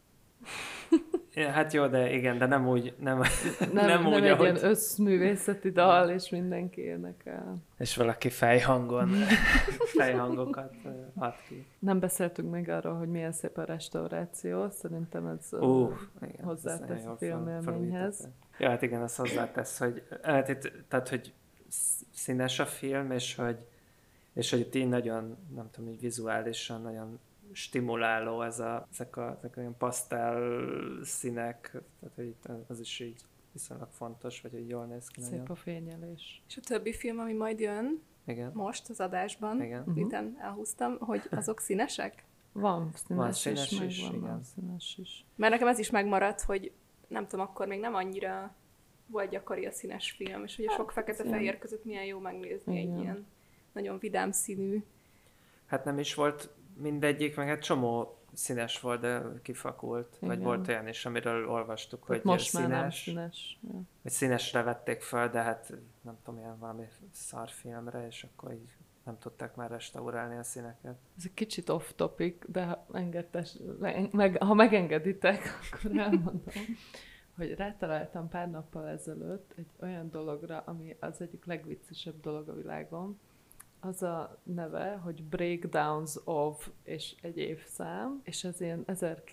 Ja, hát jó, de igen, de nem úgy, nem, Nem, nem, nem úgy, egy ahogy... ilyen összművészeti dal, és mindenki énekel. És valaki fejhangon, fejhangokat ad ki. Nem beszéltünk még arról, hogy milyen szép a restauráció. Szerintem ez Uh, igen, hozzátesz ez a nagyon filmélményhez. fel- Ja, hát igen, az hozzátesz, hogy, hát itt, tehát, hogy színes a film, és hogy, és hogy itt így nagyon, nem tudom, így vizuálisan nagyon stimuláló ez a, ezek a, ezek a ilyen pasztel színek, tehát hogy itt az is így viszonylag fontos, vagy hogy jól néz ki nagyon. Szép a fényelés. És a többi film, ami majd jön, Igen. most az adásban, Igen. Mhm. itten elhúztam, hogy azok színesek? Van színes, Van színes is, meg is, van igen. van színes is. Mert nekem ez is megmaradt, hogy nem tudom, akkor még nem annyira volt gyakori a színes film, és hogy a sok fekete-fehér között milyen jó megnézni Igen. egy ilyen nagyon vidám színű. Hát nem is volt mindegyik, meg egy csomó színes volt, de kifakult. Igen. Vagy Igen. volt olyan is, amiről olvastuk, Tehát hogy most már nem színes, színes. Ja. vagy színesre vették fel, de hát nem tudom, ilyen valami szarfilmre, és akkor így nem tudták már restaurálni a színeket. Ez egy kicsit off-topic, de ha, engedtes, meg, ha megengeditek, akkor elmondom, hogy rátaláltam pár nappal ezelőtt egy olyan dologra, ami az egyik legviccesebb dolog a világon. Az a neve, hogy Breakdowns of, és egy évszám, és ez ilyen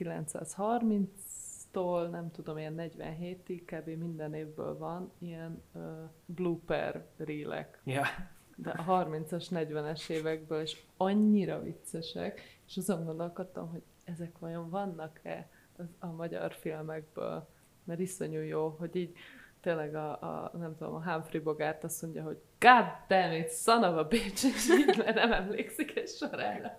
ezerkilencszázharminctól, nem tudom, ilyen negyvenhétig, kb. Minden évből van ilyen uh, blooper rélek. Ja. De a harmincas, negyvenes évekből, és annyira viccesek, és azon gondolkodtam, hogy ezek vajon vannak-e az, a magyar filmekből, mert iszonyú jó, hogy így tényleg a, a nem tudom, a Humphrey Bogart azt mondja, hogy God damn it, son of a bitch, és így, mert nem emlékszik egy sorára.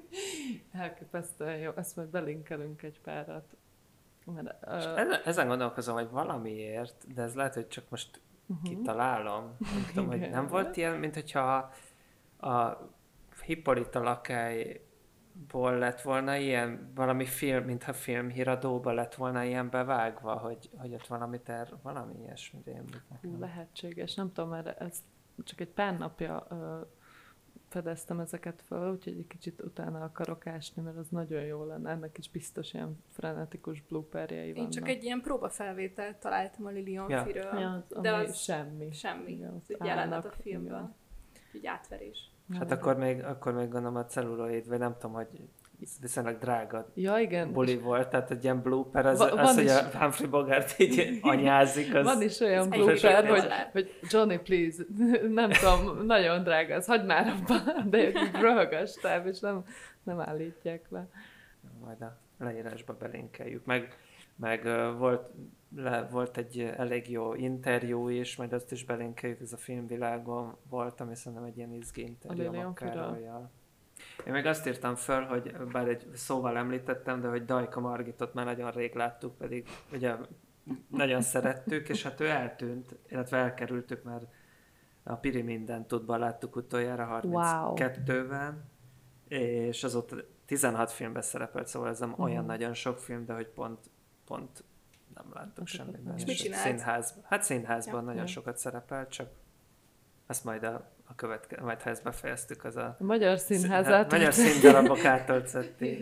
Elképesztően jó, ezt majd belinkelünk egy párat. Mert, uh, Ezen, ezen gondolkozom, hogy valamiért, de ez lehet, hogy csak most uh-huh. kitalálom. Nem tudom, hogy Igen. nem volt ilyen, mint hogyha a Hippolyta lakályból lett volna ilyen, valami film, mintha filmhíradóba lett volna ilyen bevágva, hogy, hogy ott valami ter, valami ilyesmi rémlik nekem. Hú, lehetséges, nem tudom, mert ezt csak egy pár napja uh, fedeztem ezeket fel, úgyhogy egy kicsit utána akarok ásni, mert az nagyon jó lenne. Ennek is biztos ilyen frenetikus blooperjei vannak. Én csak egy ilyen próbafelvételt találtam a Lili Yonfiről, Ja, az, de ami az semmi. semmi. Igen, az Ez egy jelenet a állnak, filmből. igen. Egy átverés. Hát akkor még, akkor még gondolom a celluloid, vagy nem tudom, hogy viszonylag drága Ja, igen. buli volt, tehát egy ilyen blooper, az, Va- az van hogy is- a Humphrey Bogart így anyázik, az... Van is olyan Ez blooper, egy hogy, dolár. hogy Johnny, please, nem tudom, nagyon drága, ez hagyd már abba, de röhög a stáb, és nem, nem állítják le. Majd a leírásba belinkeljük. Meg, meg uh, volt, le, volt egy elég jó interjú is, majd azt is belinkeljük, ez a Filmvilágon volt, ami szerintem egy ilyen izgi interjú A Lili a Yonfiról? Károlyjal. Én még azt írtam föl, hogy bár egy szóval említettem, de hogy Dajka Margitot már nagyon rég láttuk, pedig ugye nagyon szerettük, és hát ő eltűnt, illetve elkerültük, mert a Piri Minden Tudban láttuk utoljára harminckettőben, és azóta tizenhat filmben szerepelt, szóval ez nem Uh-huh. olyan nagyon sok film, de hogy pont, pont nem láttuk Azokat semmiben. nem. És mit És csinált? Színházban. Hát színházban Ja. nagyon Ja. sokat szerepelt, csak azt majd a, a következő, majd ha ezt befejeztük, az a A magyar színházát. Magyar színdarabok átöltszették.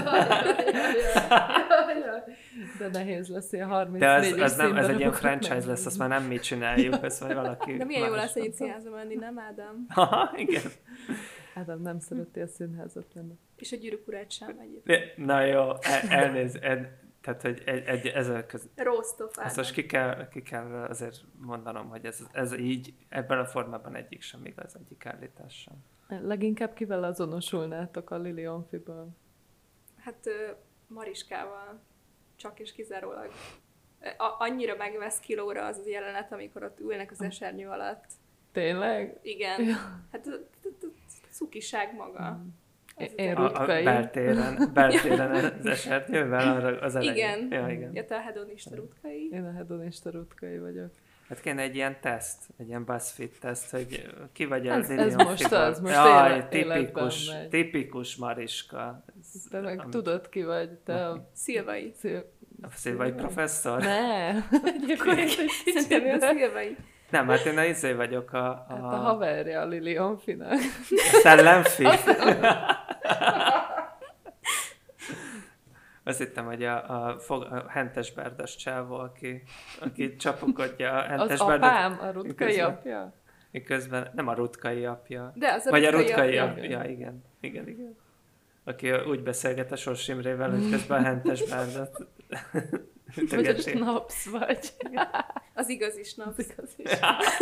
De nehéz lesz ilyen harmincnégy De az, az nem, ez egy ilyen színdarabot franchise lesz, megnézni. azt már nem mi csináljuk, ezt majd valaki De milyen jó más. lesz egy színházba menni, nem Ádám? Aha, igen. Ádám nem szereti a színházat menni. És a Gyűrűk urát sem egyébként. De, na jó, el, elnéz, el, tehát hogy egy, egy, ezzel köz... Roast of Ezt Ádám. most ki kell, ki kell azért mondanom, hogy ez, ez így, ebben a formában egyik sem igaz, egyik állítás sem. Leginkább kivel azonosulnátok a Lili Yonfiből? Hát ö, Mariskával csak és kizárólag. A- annyira megvesz kilóra az a jelenet, amikor ott ülnek az esernyő alatt. Tényleg? Igen. Hát a- a- a- cukiság maga. Én- Az én az- A, a Rutkai. beltéren, beltéren az esernyővel arra az elején. Igen. Ja, igen. Ja, te a hedonista rutkai. Én a hedonista rutkai vagyok. Hát kéne egy ilyen teszt, egy ilyen BuzzFeed teszt, hogy ki vagy a Ez- Lili ez most Yonfiból. az, most Jaj, élet- tipikus, életben megy. tipikus Mariska. Ez- Te meg amit- tudod ki vagy, te a... Szilvai. Szil... A szilvai professzor? Ne! Egyébként egy Szerintem ő a kicsit, de... szilvai. Nem, hát én a izé vagyok a... a... Hát a haverja a Lilian Finak. Szellemfi. Azt hittem, hogy a, a, fog, a Hentesbárdas csávó, aki, aki csapokodja a Az Hentesbárdat. apám, a Rutkai Miközben- apja. Miközben nem a Rutkai apja. De az a Vagy a Rutkai Rutkai apja. apja. Ja, igen. Igen, igen. Aki úgy beszélget a Sors Imrével, hogy közben a Hentesbárdat Vagy a ütögeti. Snaps vagy. Az igazi snaps. Az igaz is.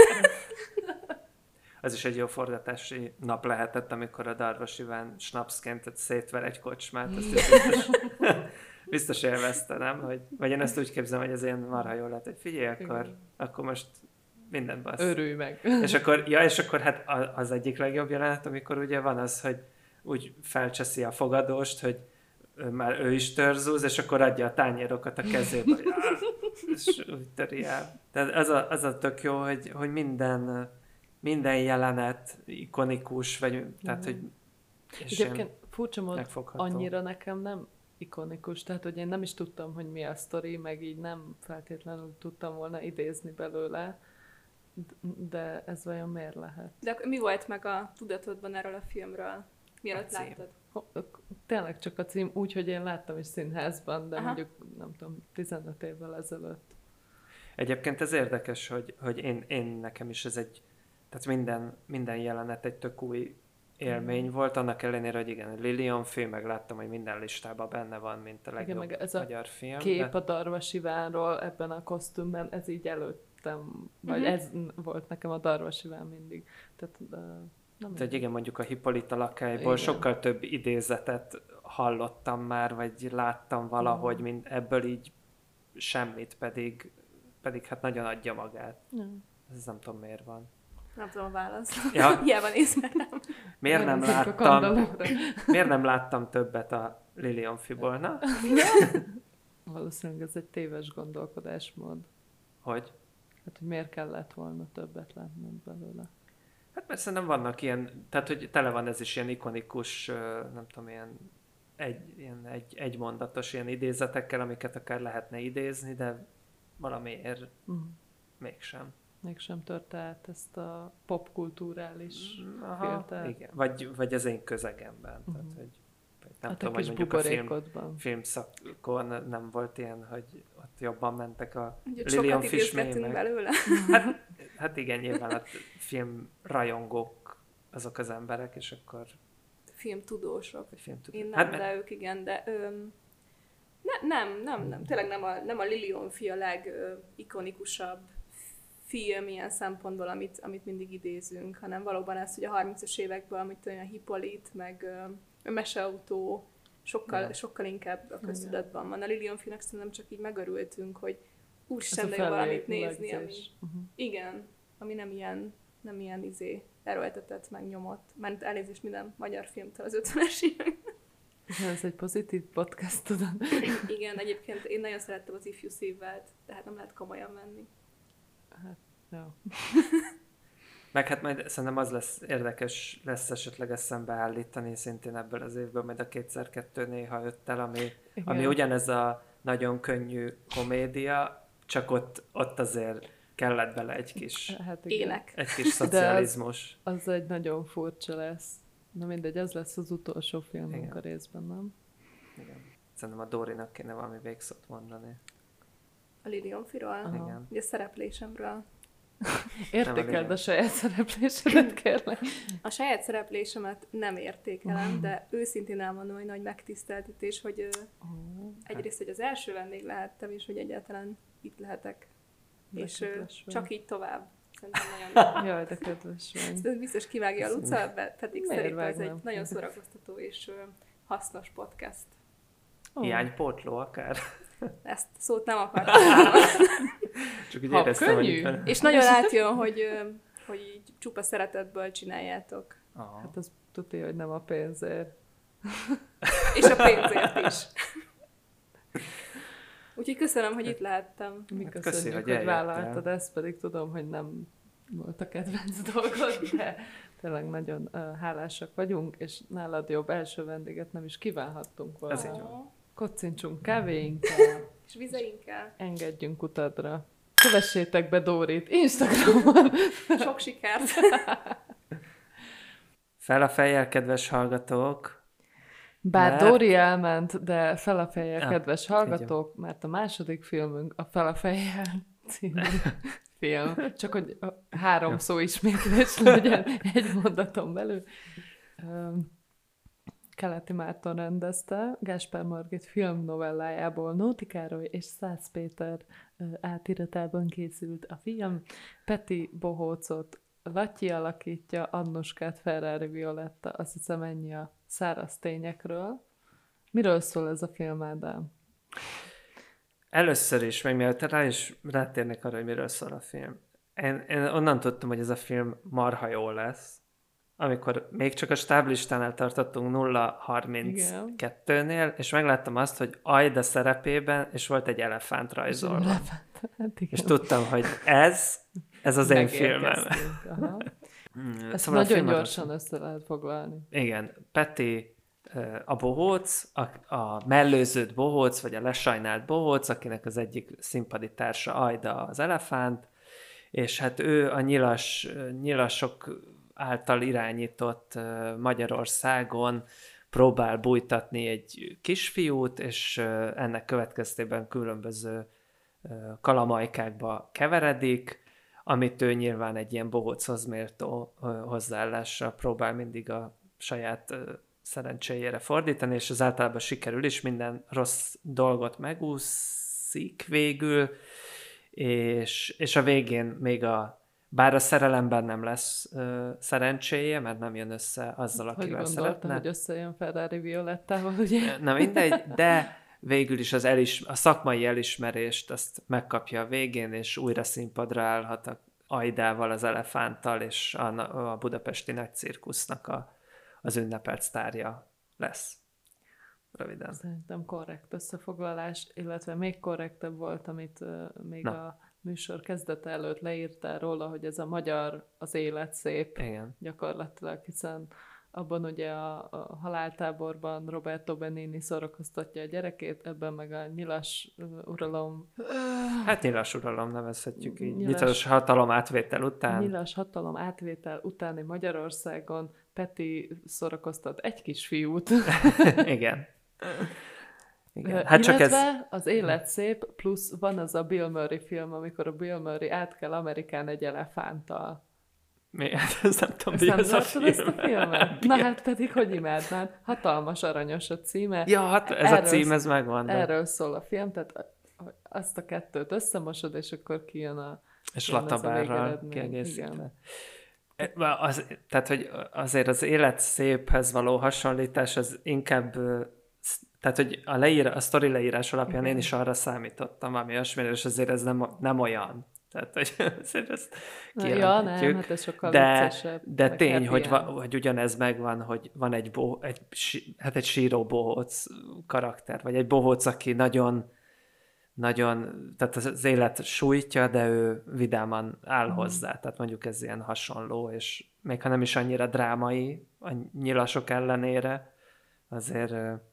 Az is egy jó forgatási nap lehetett, amikor a Darvas Iván snapsként szétver egy kocsmát. Azt is biztos, biztos élvezte, nem? Hogy, vagy én ezt úgy képzelem, hogy ez ilyen marha jól lehet, hogy figyelj, akkor, akkor most mindent bassz. Örülj meg. És akkor, ja, és akkor hát a- az egyik legjobb jelenet, amikor ugye van az, hogy úgy felcseszi a fogadóst, hogy ő már ő is törzúz, és akkor adja a tányérokat a kezébe, hogy áh, és úgy töri el. Tehát az a, az a tök jó, hogy, hogy minden, minden jelenet ikonikus, vagy tehát, hogy és ilyen Egyébként furcsa módon megfogható. annyira nekem nem ikonikus, tehát hogy én nem is tudtam, hogy mi a sztori, meg így nem feltétlenül tudtam volna idézni belőle, d- de ez vajon miért lehet? De akkor mi volt meg a tudatodban erről a filmről, mielőtt A cím. láttad? Ho- Tényleg csak a cím, úgy, hogy én láttam is színházban, de Aha. mondjuk, nem tudom, tizenöt évvel ezelőtt. Egyébként ez érdekes, hogy, hogy én, én nekem is ez egy, tehát minden, minden jelenet egy tök új élmény Mhm. volt, annak ellenére, hogy igen, Lilian film, meg láttam, hogy minden listában benne van, mint a legjobb meg ez a magyar film. Kép de... a Darvas Ivánról ebben a kosztümben, ez így előttem, vagy Mhm. ez volt nekem a Darvas Iván mindig. Tehát, uh, nem Tehát igen, mondjuk a Hippolyta lakályból Igen. sokkal több idézetet hallottam már, vagy láttam valahogy, Mhm. mint ebből így semmit, pedig, pedig hát nagyon adja magát. Ja. Ez nem tudom, miért van. Nem tudom a választ. Ja. Hiába nézve rám. Miért nem Emlékszik a láttam, kandallóra. miért nem láttam többet a Lilian Fiból? Na, Valószínűleg ez egy téves gondolkodásmód. hogy? Hát, hogy miért kellett volna többet látnod belőle. Hát persze nem vannak ilyen, tehát hogy tele van ez is ilyen ikonikus, ö, nem tudom, ilyen egy, ilyen egy, egymondatos ilyen idézetekkel, amiket akár lehetne idézni, de valamiért Uh-huh. mégsem. Mégsem tört át ezt a popkulturális Aha, filtert. igen. Vagy, vagy az én közegemben. Uh-huh. Tehát, hogy vagy nem A te tudom, hogy kis mondjuk a film, buborékodban. filmszakon nem volt ilyen, hogy ott jobban mentek a Úgyhogy Lilian sokat Fish idézgettünk mémek. belőle. Hát, hát igen, nyilván a film rajongók azok az emberek, és akkor Filmtudósok. egy film tud. Én nem, Hát, de ők igen, de öm, ne, nem, nem, nem. Tényleg nem a, nem a Lilian Fi a legikonikusabb film ilyen szempontból, amit, amit mindig idézünk, hanem valóban ez, hogy a harmincas évekből, amit olyan Hippolyt, meg öm, a Meseautó sokkal, Igen. sokkal inkább a köztudatban van. A Lilian Finak szerintem csak így megörültünk, hogy úristen, Ez a de jó valamit nézni, ami, fellélegzés. Uh-huh. igen, ami nem ilyen, nem ilyen izé erőltetett, meg nyomott. Mert elnézést minden magyar filmtől az ötvenes évek. Ez egy pozitív podcast, tudod. Igen, egyébként én nagyon szerettem az ifjú szívvelt, tehát nem lehet komolyan venni. Jó. meg hát majd szerintem az lesz érdekes, lesz esetleg ezt szembeállítani szintén ebből az évből, majd a kétszer kettő néha öttel, ami, Igen. ami ugyanez a nagyon könnyű komédia, csak ott, ott azért kellett bele egy kis, Hát igen. Ének. egy kis szocializmus. Az egy nagyon furcsa lesz. Na mindegy, az lesz az utolsó filmünk Igen. a részben, nem? Igen. Szerintem a Dórinak kéne valami végszót mondani. A Lilian Firól, Aha. Igen. ugye a szereplésemről. Értékeld lényeg. a saját szereplésedet, kérlek. A saját szereplésemet nem értékelem, de őszintén elmondom, hogy nagy megtiszteltetés, hogy ö, Oh, egyrészt, hogy az első vendég lehettem, és hogy egyáltalán itt lehetek. de És ö, kedves vagy. csak így tovább. Szerintem nagyon... Jaj, de kedves vagy. Ez biztos kivágja a Luca, be- pedig Miért szerintem ez egy vágnám? nagyon szórakoztató és ö, hasznos podcast. Oh. Hiánypótló akár. Ezt szót nem akartam. Csak így Ha éreztem, könnyű. hogy... És nagyon átjön, hogy, ö, hogy így csupa szeretetből csináljátok. Aha. Hát az tudja, hogy nem a pénzért. És a pénzért is. Úgyhogy köszönöm, hogy itt lehettem. Mi Hát köszönjük, köszi, hogy hogy, eljöttél. vállaltad ezt, pedig tudom, hogy nem volt a kedvenc dolgod, de tényleg nagyon uh, hálásak vagyunk, és nálad jobb első vendéget nem is kívánhattunk volna. Ez így van. Ó, Kocincsunk kávéinkkel, És vizeinkkel. engedjünk utadra. Kövessétek be Dórit Instagramon. Sok sikert! Fel a fejjel, kedves hallgatók! Bár Mert... Dóri elment, de fel a fejjel, Ja, kedves hallgatók, mert a második filmünk a Fel a fejjel című film. Csak hogy a három ja. szó ismétlés legyen egy mondaton belül. Keleti Márton rendezte, Gáspár Margit filmnovellájából Nóti Károly és Szász Péter átiratában készült a film. Peti Bohócot Latyi alakítja, Annuskát Ferrari Violetta, azt hiszem ennyi a száraz tényekről. Miről szól ez a film, Ádám? Először is, meg mielőtt rá is rátérnek arra, hogy miről szól a film. Én, én onnan tudtam, hogy ez a film marha jó lesz, amikor még csak a stáblistánál tartottunk nulla harminckettőnél, és megláttam azt, hogy Ajda szerepében, és volt egy elefánt rajzolva. Hát és tudtam, hogy ez, ez az én filmem. Hmm, Ezt szóval nagyon gyorsan össze lehet foglalni. Igen, Peti a bohóc, a, a mellőződ bohóc, vagy a lesajnált bohóc, akinek az egyik színpadi társa Ajda az elefánt, és hát ő a nyilas, nyilasok által irányított Magyarországon próbál bújtatni egy kisfiút, és ennek következtében különböző kalamajkákba keveredik, amit ő nyilván egy ilyen bohóchoz méltó hozzáállással próbál mindig a saját szerencséjére fordítani, és az általában sikerül is, minden rossz dolgot megúszik végül, és, és a végén még a bár a szerelemben nem lesz ö, szerencséje, mert nem jön össze azzal, akivel hogy szeretne. hogy összejön Ferrari Violettával, ugye? Na mindegy, de végül is az elis, a szakmai elismerést azt megkapja a végén, és újra színpadra állhat a Ajdával, az elefánttal, és a, a budapesti nagy cirkusznak a, az ünnepelt sztárja lesz. Röviden. Szerintem korrekt összefoglalás, illetve még korrektebb volt, amit uh, még Na. a műsor kezdete előtt leírtál róla, hogy ez a magyar az élet szép. Igen. Gyakorlatilag, hiszen abban ugye a, a haláltáborban Roberto Benigni szórakoztatja a gyerekét, ebben meg a nyilas uh, uralom... Hát nyilas uralom nevezhetjük így. Nyilas, nyilas hatalom átvétel után. Nyilas hatalom átvétel utáni Magyarországon Peti szórakoztat egy kisfiút. Igen. Igen. Hát csak ez... az élet szép, plusz van az a Bill Murray film, amikor a Bill Murray átkel Amerikán egy elefánttal. Mi? Hát ez nem tudom, ezt mi nem ez a film. Ezt a filmet? Na hát pedig, hogy imádnád? Hatalmas aranyos a címe. Ja, hát ez erről, a cím, ez megvan. De... Erről szól a film, tehát azt a kettőt összemosod, és akkor kijön a... És latabárral kiegészítve. Az, tehát, hogy azért az élet széphez való hasonlítás az inkább... Tehát, hogy a, leír, a sztori leírás alapján igen. Én is arra számítottam, ami olyasmire, és azért ez nem, nem olyan. Tehát, hogy azért ezt ja, nem, hát ez sokkal de, viccesebb. de tény, hogy, va, hogy ugyanez megvan, hogy van egy, bo, egy, hát egy síró bohóc karakter, vagy egy bohóc, aki nagyon, nagyon, tehát az élet sújtja, de ő vidáman áll mm. hozzá. Tehát mondjuk ez ilyen hasonló, és még ha nem is annyira drámai a nyilasok ellenére, azért...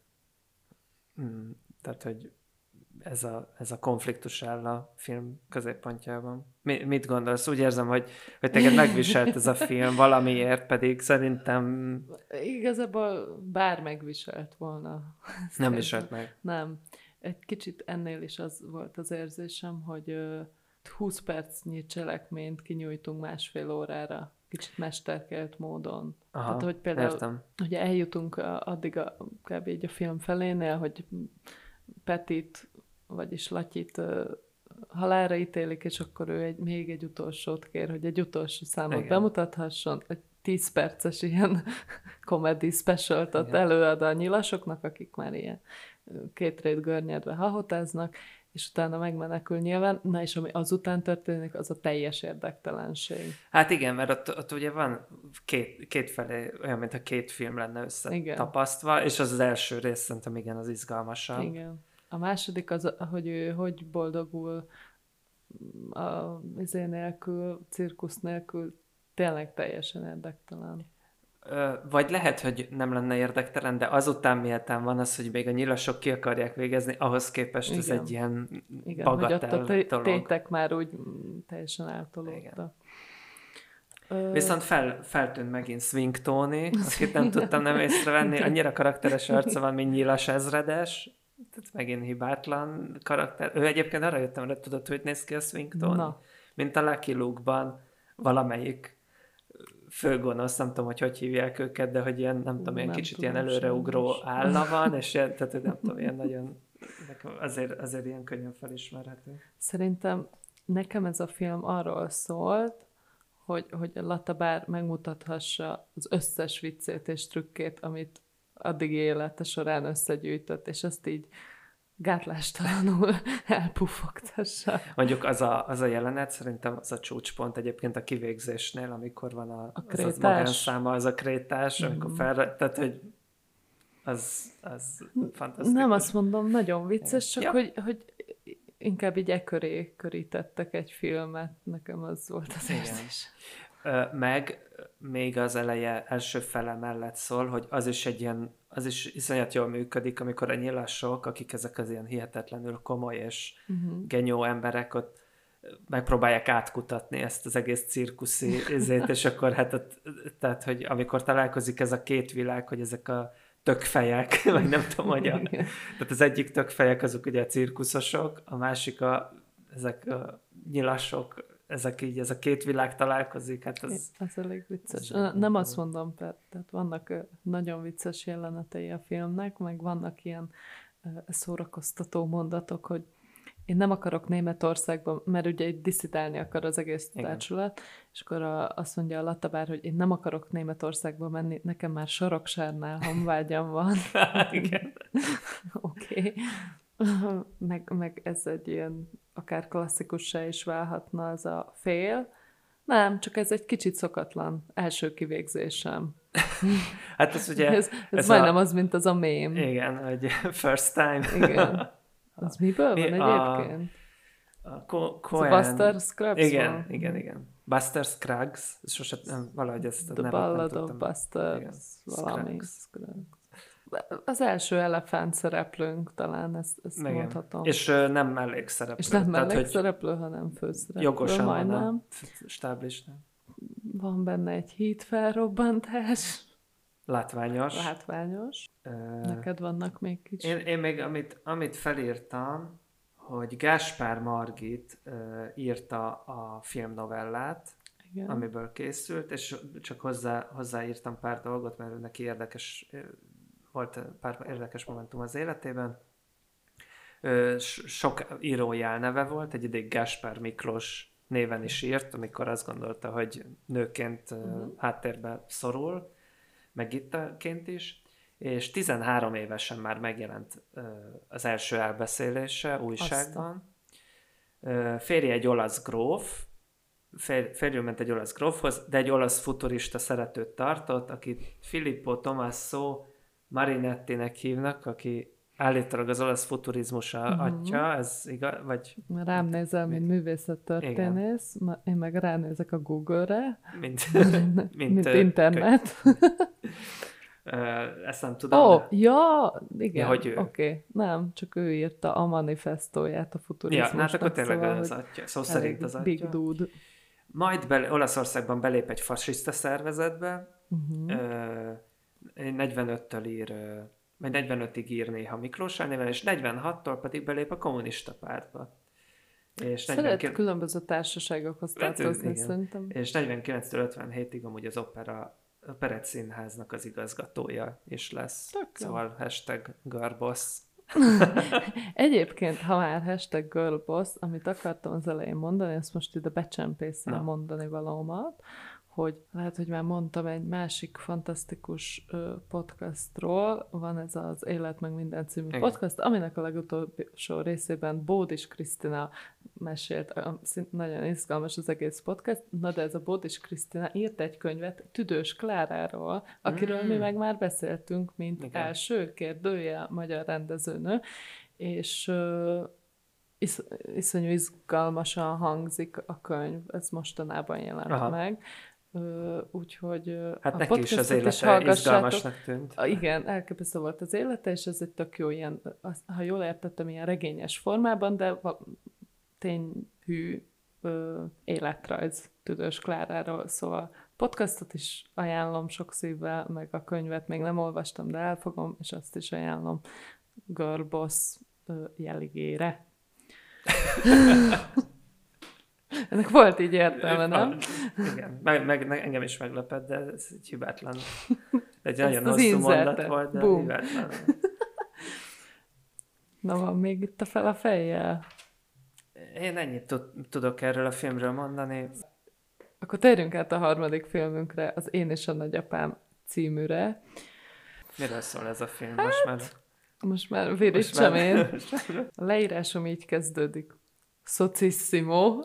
Hmm, tehát, hogy ez a, ez a konfliktus áll a film középpontjában. Mi, mit gondolsz? Úgy érzem, hogy, hogy téged megviselt ez a film valamiért, pedig szerintem... Igazából bár megviselt volna. Nem viselt meg. Nem. Egy kicsit ennél is az volt az érzésem, hogy húsz percnyi cselekményt kinyújtunk másfél órára. Kicsit mesterkelt módon. Aha, tehát, hogy például értem. Ugye eljutunk addig a, kb. Így a film felénél, hogy Petit, vagyis Latyit halálra ítélik, és akkor ő egy, még egy utolsót kér, hogy egy utolsó számot igen. bemutathasson. Egy tíz perces ilyen comedy specialt ott előad a nyilasoknak, akik már ilyen két rét görnyedve hahotáznak, és utána megmenekül nyilván, na és ami azután történik, az a teljes érdektelenség. Hát igen, mert ott, ott ugye van két, két felé, olyan, mint a két film lenne összetapasztva, és az az első rész szerintem igen, az izgalmasabb. Igen. A második az, hogy ő hogy boldogul a izé nélkül, cirkusz nélkül, tényleg teljesen érdektelen. Ö, vagy lehet, hogy nem lenne érdektelen, de azután miután van az, hogy még a nyilasok ki akarják végezni, ahhoz képest ez Igen. egy ilyen Igen, hogy ott a bagatell té- dolog. tétek már úgy mm, teljesen eltolódtak. Ö, Viszont fel, feltűnt megint Swing Tony, akit nem tudtam nem észrevenni, annyira karakteres arca van, mint nyilas ezredes, tehát megint hibátlan karakter. Ő egyébként arra jöttem, hogy tudod, hogy néz ki a Swing Tony? Na. Mint a Lucky Luke-ban valamelyik főgonosz, nem tudom, hogy hogy hívják őket, de hogy ilyen, nem tudom, ilyen Nem kicsit tudom ilyen előreugró sajnos. álla van, és ilyen, tehát nem tudom, ilyen nagyon, nekem azért, azért ilyen könnyen felismerhető. Szerintem nekem ez a film arról szólt, hogy, hogy a Latabár megmutathassa az összes viccét és trükkét, amit addig élete során összegyűjtött, és azt így gátlástalanul elpufogtassa. Mondjuk az a, az a jelenet, szerintem az a csúcspont egyébként a kivégzésnél, amikor van a, A az, krétás. az magánszáma, az a krétás, Mhm. amikor fel, tehát hogy az, az fantasztikus. Nem azt mondom, nagyon vicces, csak Ja. hogy, hogy inkább így e köré körítettek egy filmet. Nekem az volt az Igen. érzés. Ö, meg még az eleje első fele mellett szól, hogy az is egy ilyen, az is iszonyat jól működik, amikor a nyilasok, akik ezek az ilyen hihetetlenül komoly és Uh-huh. genyó emberek ott megpróbálják átkutatni ezt az egész cirkuszi izét, és akkor hát, ott, tehát, hogy amikor találkozik ez a két világ, hogy ezek a tökfejek, vagy nem tudom, hogy a, tehát az egyik tökfejek azok ugye a cirkuszosok, a másik a, ezek a nyilasok, ezek így, ez a két világ találkozik, hát az... Az elég vicces. ez- Nem azt mondom, per- tehát vannak ö, nagyon vicces jelenetei a filmnek, meg vannak ilyen ö, szórakoztató mondatok, hogy én nem akarok Németországba, mert ugye itt diszidálni akar az egész Igen. társulat, és akkor a, azt mondja a Latabár, hogy én nem akarok Németországba menni, nekem már Soroksárnál honvágyam van. Igen. Oké. meg, meg ez egy ilyen akár klasszikussá is válhatna az a fél. Nem, csak ez egy kicsit szokatlan első kivégzésem. Hát ez ugye... Ez, ez, ez majdnem a- az, mint az a mém. Igen, hogy first time. Igen. Az miből Mi van a- egyébként? A Ko- Az a Coen... Buster Scruggs Igen, van? igen, igen. Buster Scruggs, sose, nem, valahogy ezt a The nevet nem Ballad of tudtam. Buster, Igen. valami. Scruggs. Scruggs. Az első elefánt szereplőnk, talán ezt, ezt Igen. mondhatom. És ö, nem mellékszereplő. És nem Tehát, hogy mellékszereplő, hanem főszereplő. jogosan van majdnem. a stáblistán. Van benne egy híd felrobbantás. Látványos. Látványos. Ö, Neked vannak még kicsit. Én, én még amit, amit felírtam, hogy Gáspár Margit ö, írta a filmnovellát, Igen. amiből készült, és csak hozzá, hozzáírtam pár dolgot, mert neki érdekes, ö, volt pár érdekes momentum az életében. Ö, s- sok írói álneve volt, egy ideig Gáspár Miklós néven is írt, amikor azt gondolta, hogy nőként ö, Mhm. háttérbe szorul, meg ittaként is, és tizenhárom évesen már megjelent ö, az első elbeszélése újságban. Ö, Férje egy olasz gróf, fér- férjül ment egy olasz grófhoz, de egy olasz futurista szeretőt tartott, akit Filippo Tommaso Marinettinek hívnak, aki állítólag az olasz futurizmus a Mhm. atya, ez igaz, vagy Mert rám nézel, mint művészettörténész, ma- én meg ránézek a Google-re, mint, mint, mint ö, internet. Ö, ezt nem tudom. Ó, oh, de- ja, igen, Ja, hogy ő. oké. Okay. Nem, csak ő írta a manifestóját a Ja, futurizmusnak. hát akkor tényleg szóval, az hogy atya, szó elég szerint az big atya. dude. Majd bele, Olaszországban belép egy fasiszta szervezetbe, Uh-huh. ö, negyvenöttől ír, ö, vagy negyvenötig ír néha Miklós elnéven, és negyvenhattól pedig belép a kommunista pártba. És Szeret negyvenkilenc különböző társaságokhoz Hát, tartozni, igen. szerintem. és negyvenkilenctől ötvenhétig amúgy az opera Operett Színháznak az igazgatója is lesz. Tök jó. Szóval hashtag Garbosz. Egyébként, ha már hashtag girlboss, amit akartam az elején mondani, ezt most ide becsempészem Na. mondani valómat, hogy lehet, hogy már mondtam egy másik fantasztikus ö, podcastról, van ez az Élet meg minden című Igen. podcast, aminek a legutolsó részében Bódis Krisztina mesélt, ö, szint- nagyon izgalmas az egész podcast, na de ez a Bódis Krisztina írt egy könyvet Tüdős Kláráról, akiről Mm. mi meg már beszéltünk, mint Igen. első kérdője magyar rendezőnő, és ö, isz, iszonyú izgalmasan hangzik a könyv, ez mostanában jelent Aha. meg. Ö, úgyhogy ö, Hát a neki is az podcastot is élete hallgassátok. izgalmasnak tűnt. A, igen, elképesztő volt az élete, és ez egy tök jó ilyen, az- ha jól értettem, ilyen regényes formában, de va- tényhű ö, életrajz Tüdős Kláráról, szóval podcastot is ajánlom sok szívvel, meg a könyvet még nem olvastam, de elfogom, és azt is ajánlom Girl Boss ö, jelligére. Ennek volt így értelme, nem? Igen, meg, meg, meg engem is meglepett, de ez egy hibátlan. Egy Ezt nagyon az hosszú inzertet. mondat volt, de Boom. hibátlan. Na van még itt a fel a fejjel. Én ennyit tud, tudok erről a filmről mondani. Akkor térjünk át a harmadik filmünkre, az Én és a nagyapám címűre. Miről szól ez a film most már? Most már Most virítsem már- én. A leírásom így kezdődik. Szocissimo.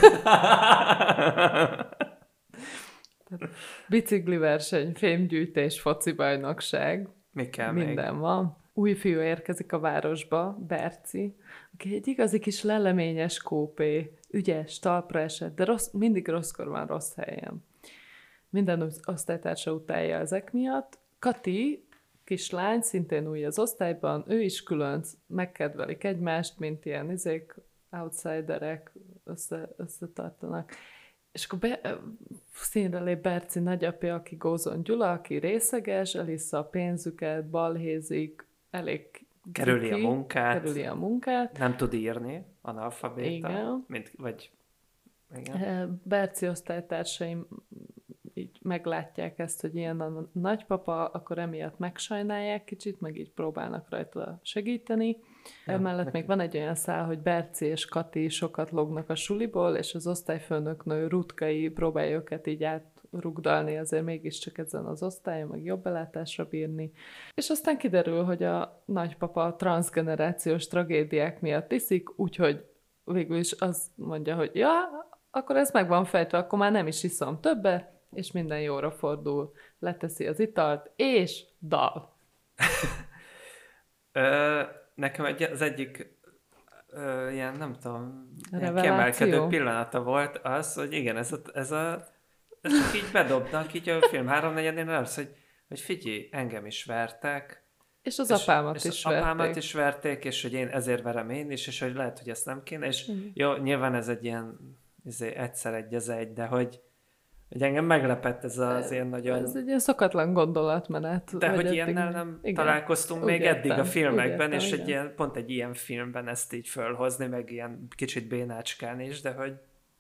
Bicikliverseny, fémgyűjtés, focibajnokság. Mi kell Minden van. Új fiú érkezik a városba, Berci, aki egy igazi kis leleményes kópé, ügyes, talpra esett, de rossz, mindig rosszkor van rossz helyen. Minden osztálytársa utálja ezek miatt. Kati, kislány, szintén új az osztályban, ő is különc, megkedvelik egymást, mint ilyen izék, outsiderek, össze, összetartanak. És akkor be, színre lép Berci nagyapja, aki Gózon Gyula, aki részeges, elissza a pénzüket, balhézik, elég Kerüli a kiki, munkát. kerüli a munkát. Nem tud írni, analfabéta. Igen. Mint, vagy... Igen. Eh, Berci osztálytársaim így meglátják ezt, hogy ilyen a nagypapa, akkor emiatt megsajnálják kicsit, meg így próbálnak rajta segíteni. Ja, Emellett neki- még van egy olyan szál, hogy Berci és Kati sokat lognak a suliból, és az osztályfőnöknő Rutkai próbálja őket így átrugdalni, azért mégiscsak ezen az osztályon, meg jobb belátásra bírni. És aztán kiderül, hogy a nagypapa a transzgenerációs tragédiák miatt iszik, úgyhogy végül is azt mondja, hogy ja, akkor ez meg van fejtve, akkor már nem is iszom többet, és minden jóra fordul, leteszi az italt, és dal. Ö, nekem egy, az egyik ö, ilyen, nem tudom, ilyen Reveláció? kiemelkedő pillanata volt az, hogy igen, ez a, ez a ez csak így bedobnak, így a film háromnegyedén az, hogy, hogy figyelj, engem is vertek, És az és, apámat és is az apámat verték. is verték, és hogy én ezért verem én is, és hogy lehet, hogy ezt nem kéne, és Igen. jó, nyilván ez egy ilyen izé, egyszer egy az egy, de hogy, hogy engem meglepett ez az ilyen nagyon... Ez egy ilyen szokatlan gondolatmenet. De hogy eddig- ilyennel nem igen. találkoztunk Úgy még értem, eddig a úgy filmekben, értem, és egy igen. ilyen, pont egy ilyen filmben ezt így fölhozni, meg ilyen kicsit bénácskán is, de hogy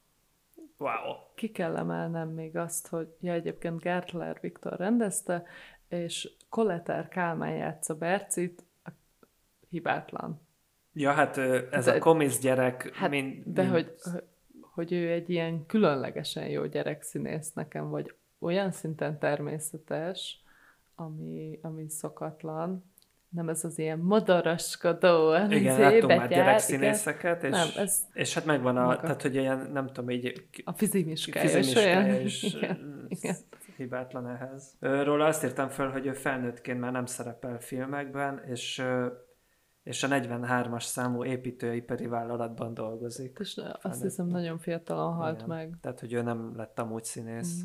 wow. Ki kell emelnem még azt, hogy ja, egyébként Gertler Viktor rendezte, és Koletár Kálmán játsza Bercit, a hibátlan. Ja, hát ö, ez De- a komisz gyerek Hát, mind, de mind, hogy, hogy ő egy ilyen különlegesen jó gyerekszínész nekem, vagy olyan szinten természetes, ami, ami szokatlan. Nem ez az ilyen madaraskodó, igen, izé, láttunk már betyár, gyerekszínészeket, és, Nem, ez és hát megvan a, maga. tehát hogy ilyen, nem tudom, így a fizimiskája is olyan. fizimiskája is Igen, igen. hibátlan ehhez. Ö, Róla azt írtam föl, hogy ő felnőttként már nem szerepel filmekben, és, ö, és a negyvenhármas számú építőipari vállalatban dolgozik. És azt Felnőtt. hiszem, nagyon fiatalon halt Igen. meg. Tehát, hogy ő nem lett amúgy színész. Mm.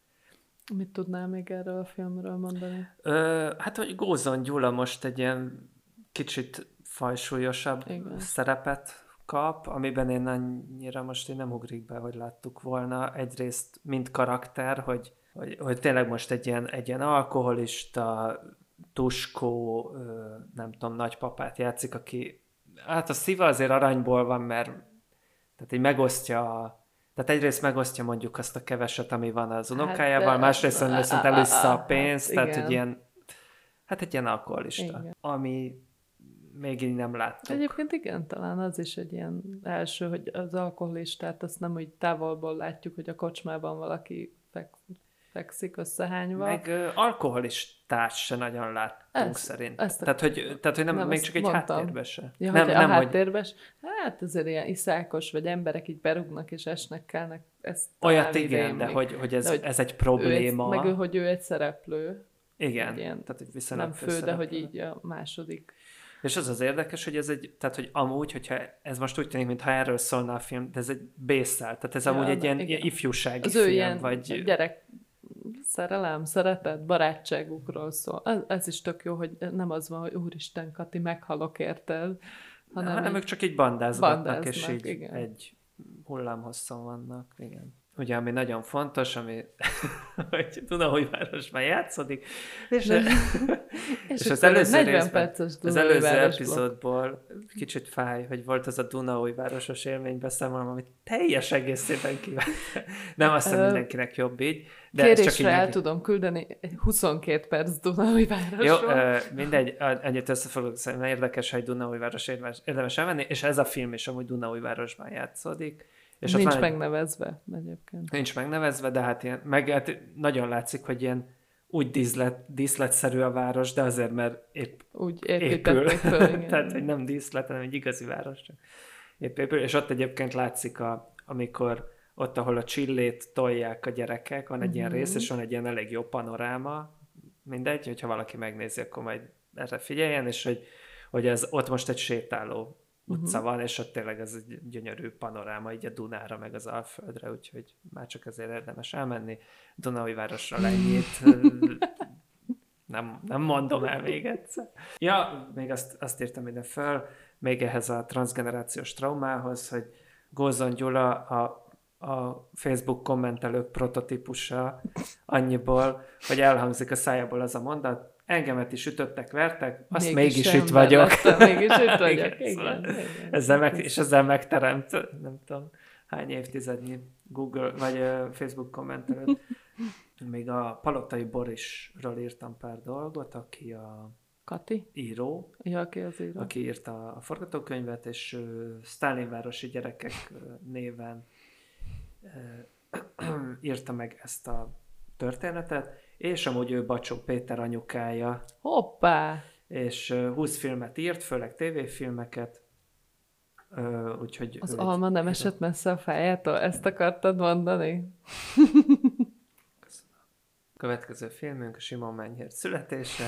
Mit tudnál még erről a filmről mondani? Ö, hát, hogy Gózon Gyula most egy ilyen kicsit fajsúlyosabb Igen. szerepet kap, amiben én annyira most én nem ugrik be, hogy láttuk volna. Egyrészt mint karakter, hogy, hogy, hogy tényleg most egy ilyen, egy ilyen alkoholista, tuskó, ö, nem tudom, nagypapát játszik, aki hát a szíve azért aranyból van, mert tehát így megosztja a Tehát egyrészt megosztja mondjuk azt a keveset, ami van az unokájával, Hát, másrészt á, viszont á, elissza a á, pénzt, hát tehát igen. hogy ilyen, hát egy ilyen alkoholista, Igen. ami még így nem láttuk. Egyébként igen, talán az is egy ilyen első, hogy az alkoholistát azt nem úgy távolból látjuk, hogy a kocsmában valaki fek, fekszik összehányva. Meg ö, alkoholistát se nagyon láttunk Ezt- szerint. ezt a- Tehát, hogy, tehát, hogy nem, nem, még ezt csak egy mondtam. háttérbe se. Ja, nem, hogy nem, a hogy háttérben, hát azért ilyen iszákos, vagy emberek így berúgnak és esnek, kellnek, ezt olyat talán igen, rémlik. de hogy, hogy, ez, De hogy ez egy Ő egy, probléma. meg ő, hogy ő egy szereplő, igen, egy ilyen tehát hogy viszonylag nem fő, de főszereplő. hogy így a második. És az az érdekes, hogy ez egy, tehát hogy amúgy, hogyha ez most úgy tűnik, mintha erről szólna a film, de ez egy B-szál, tehát ez Ja, amúgy egy ilyen, igen. ilyen ifjúsági Az ő film, ilyen vagy gyerek szerelem, szeretet, barátságukról szól. Ez, ez is tök jó, hogy nem az van, hogy úristen, Kati, meghalok érted, hanem, hanem hanem ők csak így bandázgatnak, bandáznak, és így igen. egy hullámhosszon vannak. Igen. Ugye, ami nagyon fontos, ami hogy Dunaújvárosban játszódik, és, De, és, és az előző negyven részben, perces az előző Dunaújváros blokk. epizódból kicsit fáj, hogy volt az a Dunaújvárosos élménybeszámolom, amit teljes egészében kívánt. Nem azt hiszem, mindenkinek jobb így. De Kérésre csak így el meg... tudom küldeni egy huszonkét perc Dunaújvárosról. Jó, mindegy, annyit összefoglalok, szerintem érdekes, hogy Dunaújváros érdemes elmenni, és ez a film is amúgy Dunaújvárosban játszódik. És nincs van megnevezve egyébként. Nincs megnevezve, de hát, ilyen, meg, hát nagyon látszik, hogy ilyen úgy díszlet, díszletszerű a város, de azért, mert épp Úgy épül. építették föl, igen. Tehát, hogy nem díszlet, hanem egy igazi város. Csak épp épül. És ott egyébként látszik, a, amikor ott, ahol a csillét tolják a gyerekek, van egy uh-huh. ilyen rész, és van egy ilyen elég jó panoráma, mindegy, hogyha valaki megnézi, akkor majd erre figyeljen, és hogy, hogy ez ott most egy sétáló utca uh-huh. van, és ott tényleg ez egy gyönyörű panoráma így a Dunára, meg az Alföldre, úgyhogy már csak ezért érdemes elmenni. Dunaújvárosra ennyit nem, nem mondom el még egyszer. Ja, még azt, azt írtam ide föl, még ehhez a transzgenerációs traumához, hogy Gózon Gyula a, a Facebook kommentelők prototípusa annyiból, hogy elhangzik a szájából az a mondat, engemet is ütöttek, vertek, azt mégis, mégis itt vagyok. Lettem, mégis itt vagyok. igen, igen, szóval igen, ezzel meg, és ezzel megteremt, nem tudom, hány évtizednyi Google vagy uh, Facebook kommentelőt. Még a Palotai Borisról írtam pár dolgot, aki a Kati? író, Ja, aki az író. aki írta a forgatókönyvet, és uh, Sztálinvárosi gyerekek uh, néven uh, írta meg ezt a történetet, és amúgy ő Bacsó Péter anyukája. Hoppá! És uh, húsz filmet írt, főleg tévéfilmeket. Uh, úgyhogy Az ő alma nem író. esett messze a fejától? Ezt akartad mondani? Következő filmünk a Simon Mennyhért születése.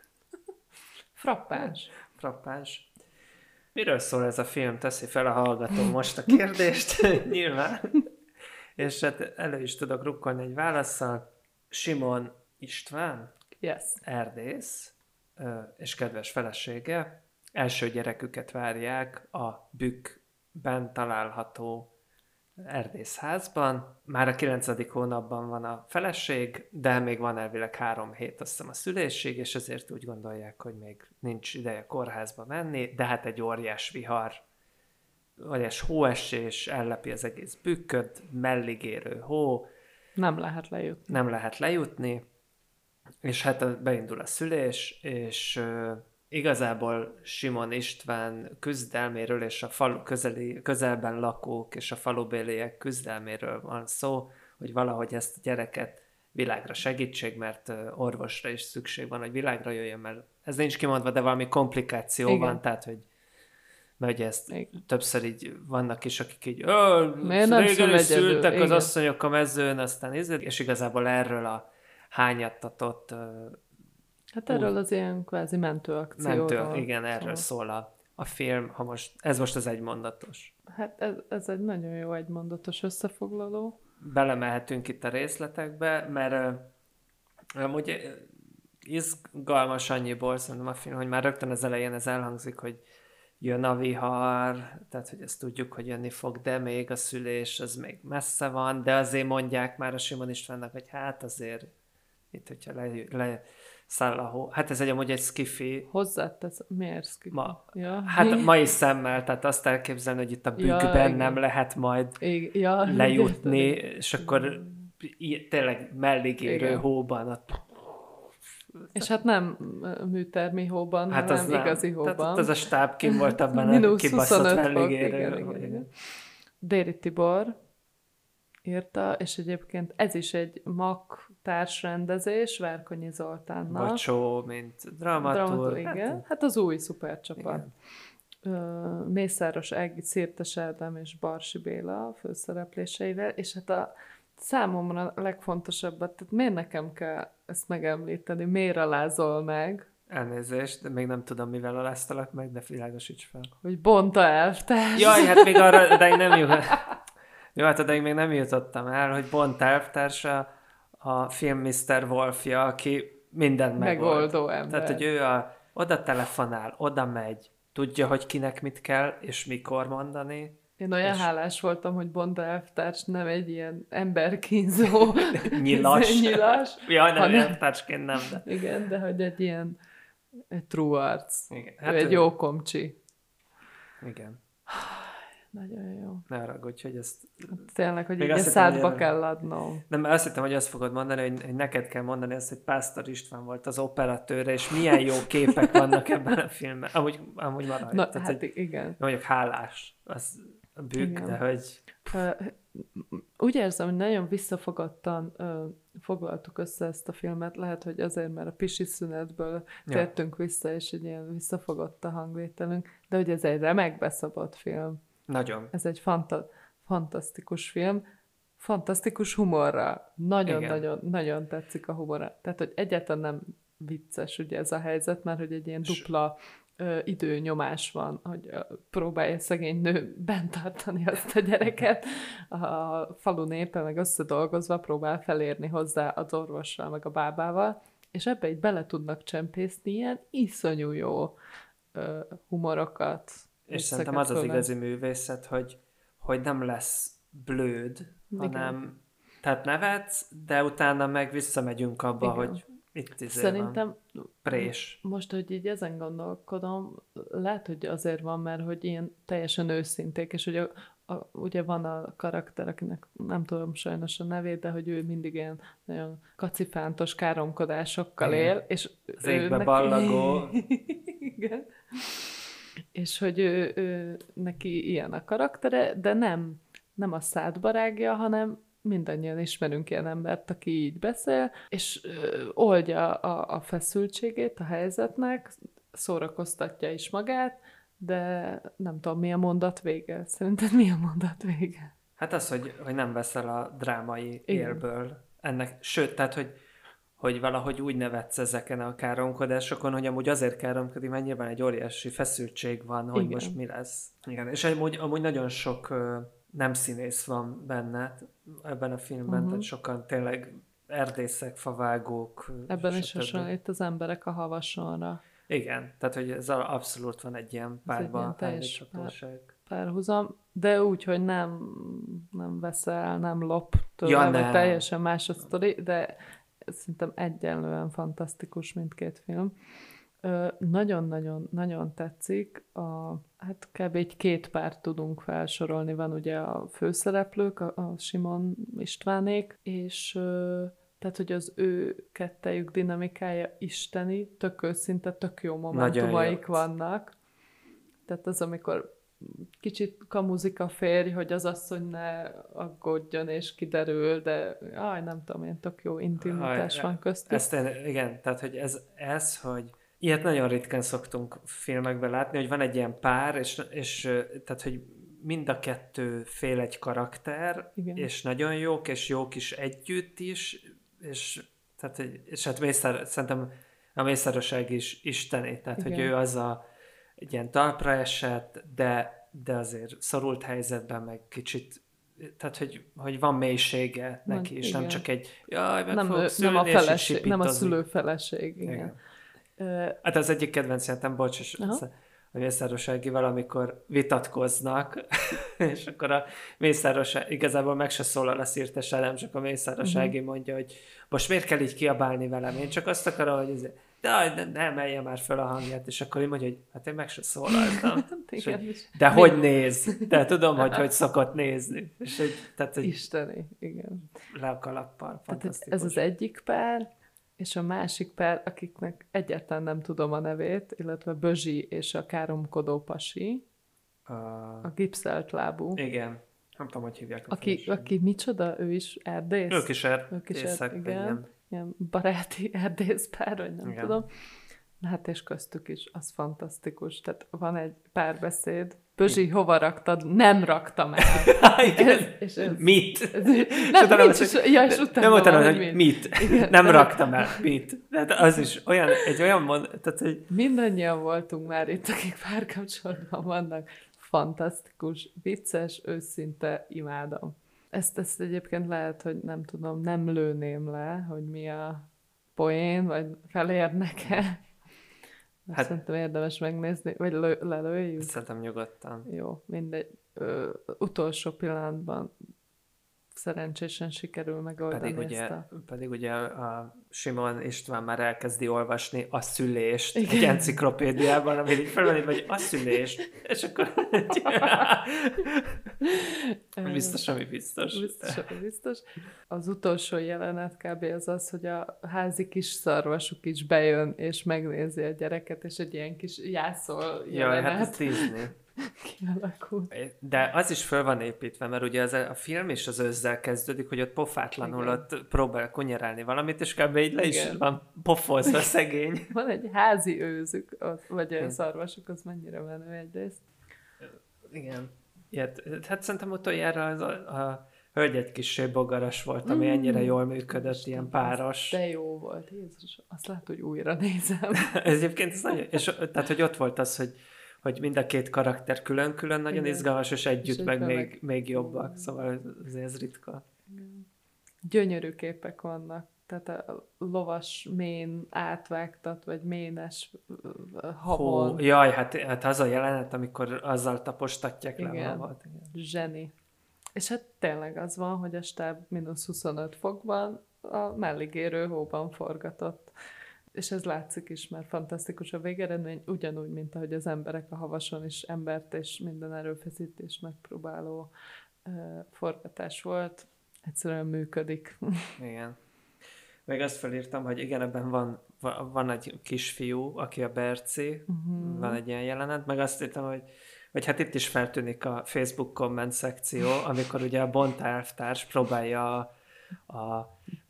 Frappáns. Frappáns. Miről szól ez a film? Teszi fel a hallgató most a kérdést, nyilván. És hát elő is tudok rukkolni egy válasszal. Simon István, Yes. erdész, és kedves felesége első gyereküket várják a Bükkben található erdészházban. Már a kilencedik hónapban van a feleség, de még van elvileg három hét, azt hiszem, a szülésig, és ezért úgy gondolják, hogy még nincs ideje kórházba menni, de hát egy óriás vihar, óriás hóesés ellepi az egész Bükköt, melligérő hó, Nem lehet lejutni. nem lehet lejutni, és hát beindul a szülés, és uh, igazából Simon István küzdelméről és a falu közeli, közelben lakók és a falubéliek küzdelméről van szó, hogy valahogy ezt a gyereket világra segítség, mert uh, orvosra is szükség van, hogy világra jöjjön, mert ez nincs kimondva, de valami komplikáció Igen. van, tehát, hogy mert ugye ezt Igen. többször így vannak is, akik így Miért nem régen szül is egyedül? szültek az Igen. asszonyok a mezőn, aztán ízled, és igazából erről a hányattatott uh, Hát erről az ilyen kvázi mentőakcióról. mentő, igen, erről szól a, a film, ha most, ez most az egymondatos. Hát ez, ez egy nagyon jó egymondatos összefoglaló. Belemehetünk itt a részletekbe, mert uh, amúgy uh, izgalmas annyiból szerintem a film, hogy már rögtön az elején ez elhangzik, hogy jön a vihar, tehát hogy ezt tudjuk, hogy jönni fog, de még a szülés az még messze van, de azért mondják már a Simon Istvánnak, hogy hát azért itt, hogyha le, le száll a hó. Hát ez egy amúgy egy skifi. Hozzátesz, miért skifi? Ma, ja. hát mai szemmel, tehát azt elképzelni, hogy itt a Bükkben ja, nem lehet majd I- ja, lejutni, igen. és akkor i- tényleg melligérő Igen. hóban. Ott... És hát nem műtermi hóban, Hát hanem az nem. igazi hóban. Tehát ott az a stáb kim volt abban a Mínusz kibaszott huszonöt fok, melligérő. igen, igen, igen. Déri Tibor írta, és egyébként ez is egy mak társrendezés Várkonyi Zoltánnak. Bocsó, mint dramaturg. Dramaturg, igen. Hát, hát az új szupercsapat. Igen. Mészáros Ági, Szirtes Ádám és Barsi Béla főszereplésseivel, és hát a számomra a legfontosabbat, tehát miért nekem kell ezt megemlíteni, miért alázol meg, Elnézést, de még nem tudom, mivel aláztalak meg, de világosíts fel. hogy Bonta elvtárs. Jaj, hát még arra, de én nem jut... Jó, hát odaig még nem jutottam el, hogy Bont elvtársa, a film miszter Wolfja, aki mindent megold. Megoldó ember. Tehát, hogy ő a, oda telefonál, oda megy, tudja, hogy kinek mit kell, és mikor mondani. Én olyan és... hálás voltam, hogy Bond elvtárs nem egy ilyen emberkínzó nyilas. nyilas Ja, nem, hanem... elvtársként nem, de... Igen, de hogy egy ilyen egy true arc. Igen. Hát ő egy ő... jó komcsi. Igen. Nagyon jó. Ne haragudj, hogy ezt... Tényleg, hogy még így a szádba hogy... kell adnom. Nem, mert azt hittem, hogy azt fogod mondani, hogy, hogy neked kell mondani ezt, hogy Pásztor István volt az operatőre, és milyen jó képek vannak ebben a filmben. Amúgy, amúgy maradj. Na, Tehát, hát hogy, igen. Mondjuk hálás. Az bükk, igen. De hogy... Úgy érzem, hogy nagyon visszafogottan ö, foglaltuk össze ezt a filmet. Lehet, hogy azért, mert a pisi szünetből ja. tértünk vissza, és egy ilyen visszafogott a hangvételünk. De hogy ez egy remek beszabott film. Nagyon. Ez egy fanta- fantasztikus film. Fantasztikus humorra. Nagyon-nagyon nagyon tetszik a humora. Tehát, hogy egyáltalán nem vicces ugye ez a helyzet, mert hogy egy ilyen dupla ö, időnyomás van, hogy ö, próbálja szegény nő bent tartani azt a gyereket. A falu népe meg összedolgozva próbál felérni hozzá az orvossal, meg a bábával, és ebbe így bele tudnak csempészni ilyen iszonyú jó ö, humorokat. És szerintem az az igazi művészet, hogy, hogy nem lesz blőd, igen. hanem tehát nevetsz, de utána meg visszamegyünk abba, igen. hogy itt izé szerintem van prés. Most, hogy így ezen gondolkodom, lehet, hogy azért van, mert hogy ilyen teljesen őszinték, és hogy a, a, ugye van a karakter, akinek nem tudom sajnos a nevét, de hogy ő mindig ilyen nagyon kacifántos káromkodásokkal igen. él, és az égbe ballagó. Igen. És hogy ő, ő, neki ilyen a karaktere, de nem, nem a szádba rágja, hanem mindannyian ismerünk ilyen embert, aki így beszél, és ö, oldja a, a feszültségét a helyzetnek, szórakoztatja is magát, de nem tudom, mi a mondat vége. Szerinted mi a mondat vége? Hát az, hogy, hogy nem veszel a drámai élből. Ennek, sőt, tehát, hogy hogy valahogy úgy nevetsz ezeken a káromkodásokon, hogy amúgy azért káromkodik, mert nyilván egy óriási feszültség van, hogy igen. most mi lesz. Igen. És amúgy, amúgy nagyon sok uh, nem színész van benne ebben a filmben, uh-huh. tehát sokan tényleg erdészek, favágók. Ebben is hasonlít az emberek a havasonra. Igen, tehát hogy ez abszolút van egy ilyen párban állíthatóság. Párhuzam, de úgy, hogy nem, nem veszel, nem lop tőle, ja, vagy teljesen más a sztori, de szerintem egyenlően fantasztikus mindkét film. Nagyon-nagyon-nagyon tetszik. A, hát kb. Egy két párt tudunk felsorolni. Van ugye a főszereplők, a, a Simon Istvánék, és tehát, hogy az ő kettejük dinamikája isteni, tök őszinte, tök jó momentumaik vannak. Tehát az, amikor kicsit kamuzik a férj, hogy az asszony ne aggódjon és kiderül, de aj, nem tudom, ilyen tök jó intimitás van köztük. Ezt én, igen, tehát hogy ez, ez, hogy ilyet nagyon ritkán szoktunk filmekben látni, hogy van egy ilyen pár, és, és tehát, hogy mind a kettő fél egy karakter, igen. és nagyon jók, és jók is együtt is, és, tehát, és hát Mészár, szerintem a Mészároság is isteni, tehát, igen. hogy ő az a egy ilyen talpra esett, de, de azért szorult helyzetben meg kicsit, tehát, hogy, hogy van mélysége neki, van, és igen. nem csak egy jaj, meg nem, fogok szülni, nem a feleség, nem a szülőfeleség, igen. igen. Uh, hát az egyik kedvenc jelentem, bocs, és a Mészároságival, amikor vitatkoznak, és akkor a Mészároság igazából meg se szólal a Szirtes elem, csak a Mészárosági uh-huh. mondja, hogy most miért kell így kiabálni velem, én csak azt akarom, hogy ez, de ne, ne emelje már fel a hangját, és akkor én mondja, hogy hát én meg se szólaltam. hogy, de mi? Hogy néz? De tudom, hogy hogy szokott nézni. És hogy, tehát, hogy isteni, igen. Le a kalappal, fantasztikus. Ez az egyik pár, és a másik pár, akiknek egyáltalán nem tudom a nevét, illetve Bözsi és a káromkodó pasi, uh, a gipszelt lábú. Igen, nem tudom, hogy hívják. Aki, aki micsoda, ő is erdész? Ők is erdészek, igen. Ilyen baráti erdész pár, vagy nem igen. tudom. Hát és köztük is, az fantasztikus. Tehát van egy párbeszéd. Bözsi, hova raktad? Nem raktam el. ez, és ez, mit? Ez, nem, nem, nincs, hogy, ja, és utána nem utána, hogy mit. mit. Igen, nem raktam el. Mit? Tehát az is olyan, egy olyan mond... Tehát, hogy... Mindannyian voltunk már itt, akik párkapcsolatban vannak. Fantasztikus, vicces, őszinte, imádom. Ezt, ezt egyébként lehet, hogy nem tudom, nem lőném le, hogy mi a poén, vagy felérnek-e. Hát, szerintem érdemes megnézni, vagy lő, lelőjük. Szerintem nyugodtan. Jó, mindegy. Ö, utolsó pillanatban szerencsésen sikerül megoldani pedig ezt ugye, a... Pedig ugye a Simon István már elkezdi olvasni a szülést Igen. egy enciklopédiában, amit így felvenni, vagy a szülés, és akkor biztos, ami biztos. Biztos, ami biztos. Az utolsó jelenet kb. Az az, hogy a házi kis szarvasuk is bejön, és megnézi a gyereket, és egy ilyen kis jászol Jaj, hát ez jelenet Disney. kialakul. De az is föl van építve, mert ugye az, a film is az őzzel kezdődik, hogy ott pofátlanul Igen. ott próbál kunyerálni valamit, és kb. Így le is Igen. van pofozva szegény. Van egy házi őzük, az, vagy a Igen. szarvasuk, az mennyire menő egyrészt. Igen. Ilyet, hát szerintem utoljára az a, a hölgy egy kissé bogaras volt, ami ennyire jól működött, ilyen páros. De jó volt, Jézus, azt lehet, hogy újra nézem. Ez egyébként ez nagyon, és tehát, hogy ott volt az, hogy, hogy mind a két karakter külön-külön nagyon Igen. izgalmas, és együtt És meg egyben még, meg- még jobbak, szóval azért ez ritka. Gyönyörű képek vannak. Tehát a lovas mén átvágtat, vagy ménes ö, havon. Hó, jaj, hát, hát az a jelenet, amikor azzal tapostatják le Igen. a havat. Igen. Zseni. És hát tényleg az van, hogy a stáb mínusz huszonöt fokban a melligérő hóban forgatott. És ez látszik is, mert fantasztikus a végeredmény, ugyanúgy, mint ahogy az emberek a havason is embert és minden erőfeszítést megpróbáló uh, forgatás volt. Egyszerűen működik. Igen. Még azt felírtam, hogy igen, ebben van, van, van egy kisfiú, aki a Berci, uh-huh. van egy ilyen jelenet, meg azt írtam, hogy, hogy hát itt is feltűnik a Facebook komment szekció, amikor ugye a Bont elvtárs próbálja a, a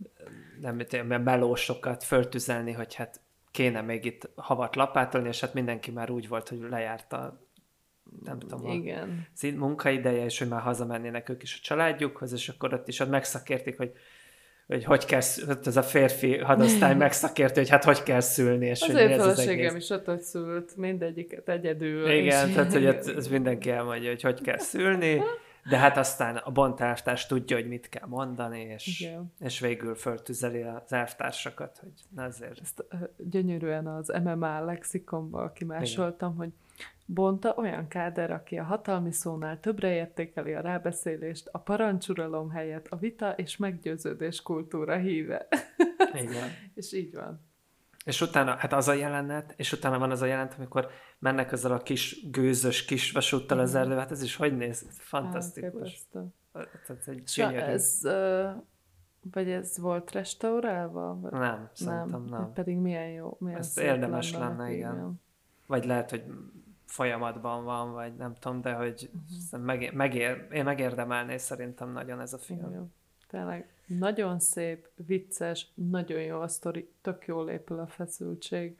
nem tudom, a melósokat föltüzelni, hogy hát kéne még itt havat lapátolni, és hát mindenki már úgy volt, hogy lejárt a nem tudom, Igen. a munkaideje, és hogy már hazamennének ők is a családjukhoz, és akkor ott is ott megszakértik, hogy hogy hogy kell, ez a férfi hadosztály megszakértő, hogy hát hogy kell szülni, és az hogy én mi ez az feleségem egész. is ott szült, mindegyiket egyedül. Igen, és tehát hogy ez, ez mindenki elmondja, hogy hogy kell szülni, de hát aztán a Bont elvtárs tudja, hogy mit kell mondani, és, és végül föltüzeli az elvtársakat, hogy na azért. Ezt uh, gyönyörűen az em em á lexikonban kimásoltam, Igen. hogy Bonta olyan káder, aki a hatalmi szónál többre értékeli a rábeszélést, a parancsuralom helyett a vita és meggyőződés kultúra híve. Igen. És így van. És utána, hát az a jelenet, és utána van az a jelenet, amikor mennek ezzel a kis gőzös kis vasúttal az erdőbe, hát ez is hogy néz? Fantasztikus. Hát, egy ez, uh, vagy ez volt restaurálva? Vagy? Nem, szerintem nem. nem. Pedig milyen jó. Milyen ez érdemes lenne, lenne, igen. igen. Vagy lehet, hogy folyamatban van, vagy nem tudom, de hogy uh-huh. megér, megér, én megérdemelné szerintem nagyon ez a film. Jó. Tényleg nagyon szép, vicces, nagyon jó a sztori, tök jól épül a feszültség.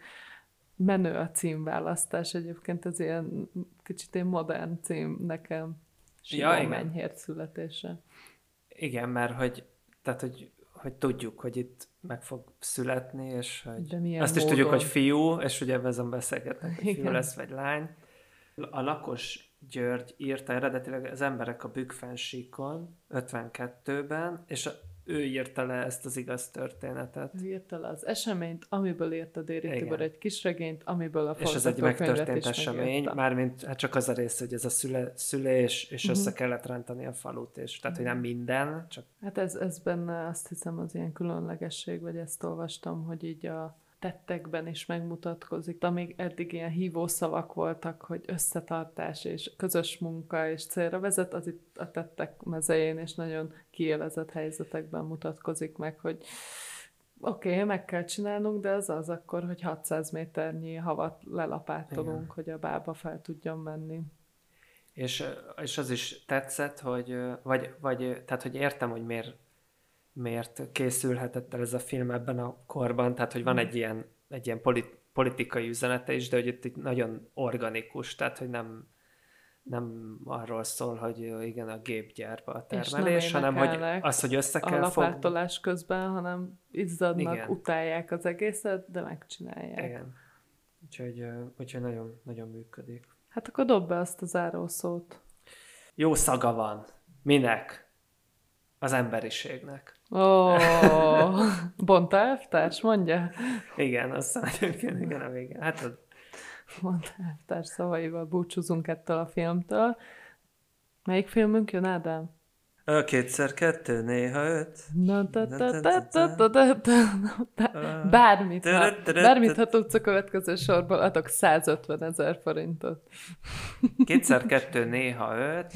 Menő a címválasztás egyébként, ez ilyen kicsit ilyen modern cím nekem. Ja, Simon Menyhért születése. Igen, mert hogy, tehát, hogy, hogy tudjuk, hogy itt meg fog születni, és hogy azt módon? Is tudjuk, hogy fiú, és ugye ezen beszélgetnek, hogy fiú lesz, vagy lány. A Lakos György írta eredetileg Az emberek a Bükkfensíkon ötvenkettőben, és a, ő írta le ezt az igaz történetet. Ő írta le az eseményt, amiből írta Déri Tibor egy kisregényt, amiből a és ez egy megtörtént esemény, mármint hát csak az a rész, hogy ez a szüle, szülés, és uh-huh. össze kellett rántani a falut, és tehát, hogy nem minden, csak... Hát ez, ez benne azt hiszem az ilyen különlegesség, vagy ezt olvastam, hogy így a tettekben is megmutatkozik. Amíg eddig ilyen hívó szavak voltak, hogy összetartás és közös munka és célra vezet, az itt a tettek mezején és nagyon kiélezett helyzetekben mutatkozik meg, hogy oké, okay, meg kell csinálnunk, de az az akkor, hogy hatszáz méternyi havat lelapátolunk, Igen. hogy a bába fel tudjon menni. És, és az is tetszett, hogy, vagy, vagy, tehát, hogy értem, hogy miért miért készülhetett el ez a film ebben a korban, tehát hogy van egy ilyen, egy ilyen polit, politikai üzenete is, de hogy itt nagyon organikus, tehát hogy nem, nem arról szól, hogy igen, a gépgyárba a termelés, hanem hogy az, hogy össze kell a lapátolás fogni. Közben, hanem izzadnak, igen. utálják az egészet, de megcsinálják. Igen. Úgyhogy, úgyhogy nagyon, nagyon működik. Hát akkor dob be azt a zárószót. Jó szaga van. Minek? Az emberiségnek. Ó, oh, Bonta elvtárs, mondja? Igen, azt mondjuk, igen, a végén. Hát az... Bonta elvtárs szavaival búcsúzunk ettől a filmtől. Melyik filmünk jön, Ádám? A kétszer kettő, néha öt. Na, ta, ta, ta, ta, ta, ta, ta. Bármit, ha, bármit, ha tudsz a következő sorból, adok százötven ezer forintot. Kétszer kettő, néha öt.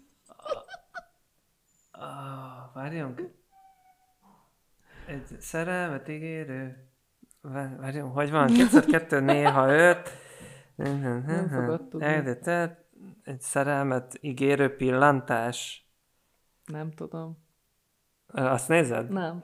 Ah, várjunk. Egy szerelmet ígérő. Várjunk, hogy van? Kétszer kettő, néha öt. Nem fogod tudni. Egy szerelmet ígérő pillantás. Nem tudom. Azt nézed? Nem.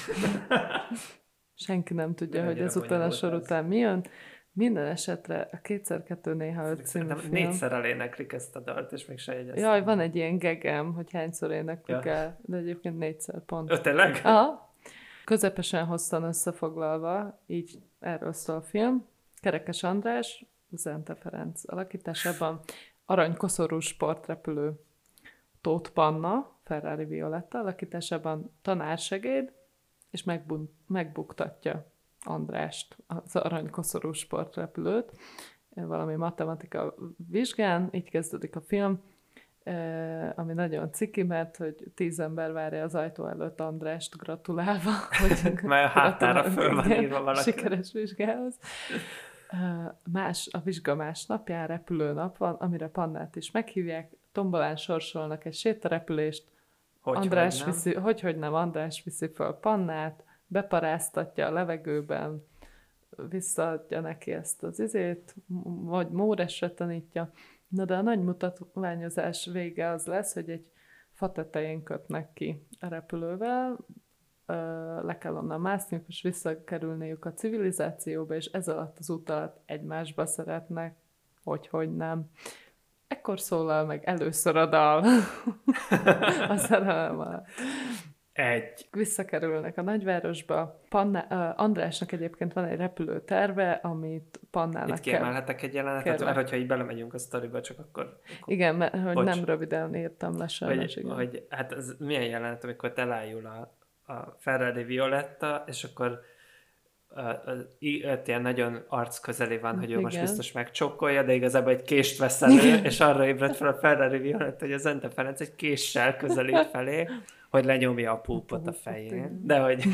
Senki nem tudja, Nem hogy annyira ezután a bonyolult sor ez. után mi jön. Minden esetre a kétszer kettő néha öt című Szerintem film. négyszer eléneklik ezt a dalt, és még se jegyeztem. Jaj, van egy ilyen gegem, hogy hányszor éneklik Ja. el, de egyébként négyszer pont. Öteleg? Aha. Közepesen hosszan összefoglalva, így erről szól a film. Kerekes András, Zente Ferenc alakításában aranykoszorú sportrepülő Tóth Panna, Ferrari Violetta alakításában tanársegéd, és megbun- megbuktatja Andrást, az aranykoszorú sportrepülőt, valami matematika vizsgán, így kezdődik a film, eh, ami nagyon ciki, mert hogy tíz ember várja az ajtó előtt Andrást gratulálva, hogy Mert a hátára föl van igen, írva valaki. sikeres vizsgához. Eh, Más, a vizsga másnapján repülőnap van, amire Pannát is meghívják, tombolán sorsolnak egy sétarepülést, Hogy, András hogy nem? viszi, hogy, hogy nem, András viszi föl Pannát, beparáztatja a levegőben, visszaadja neki ezt az izét, m- vagy móresre tanítja. Na de a nagy mutatványozás vége az lesz, hogy egy fa tetején kötnek ki a repülővel, ö, le kell onnan mászniuk, és visszakerülniük a civilizációba, és ez alatt az út alatt egymásba szeretnek, hogy, hogy nem. Ekkor szólal meg először a dal a szerelem alatt. Egy. Visszakerülnek a nagyvárosba. Panna, uh, Andrásnak egyébként van egy repülőterve, amit Pannának Itt kell. kiemelhetek egy jelenetet, Kérlek. mert hogyha így belemegyünk a sztoriba, csak akkor... akkor Igen, mert hogy Bocs. nem röviden írtam le sajnos. hogy, igen. hogy, hát ez milyen jelenet, amikor elájul a, a Ferrari Violetta, és akkor a, a, i- öt ilyen nagyon arcközeli van, hogy ő most Igen. biztos megcsokkolja, de igazából egy kést vesz elő, és arra ébredt fel a Ferrari Violetta, hogy a Zente Ferenc egy késsel közelít felé, hogy lenyomja a púpot a fején. igen. De hogy...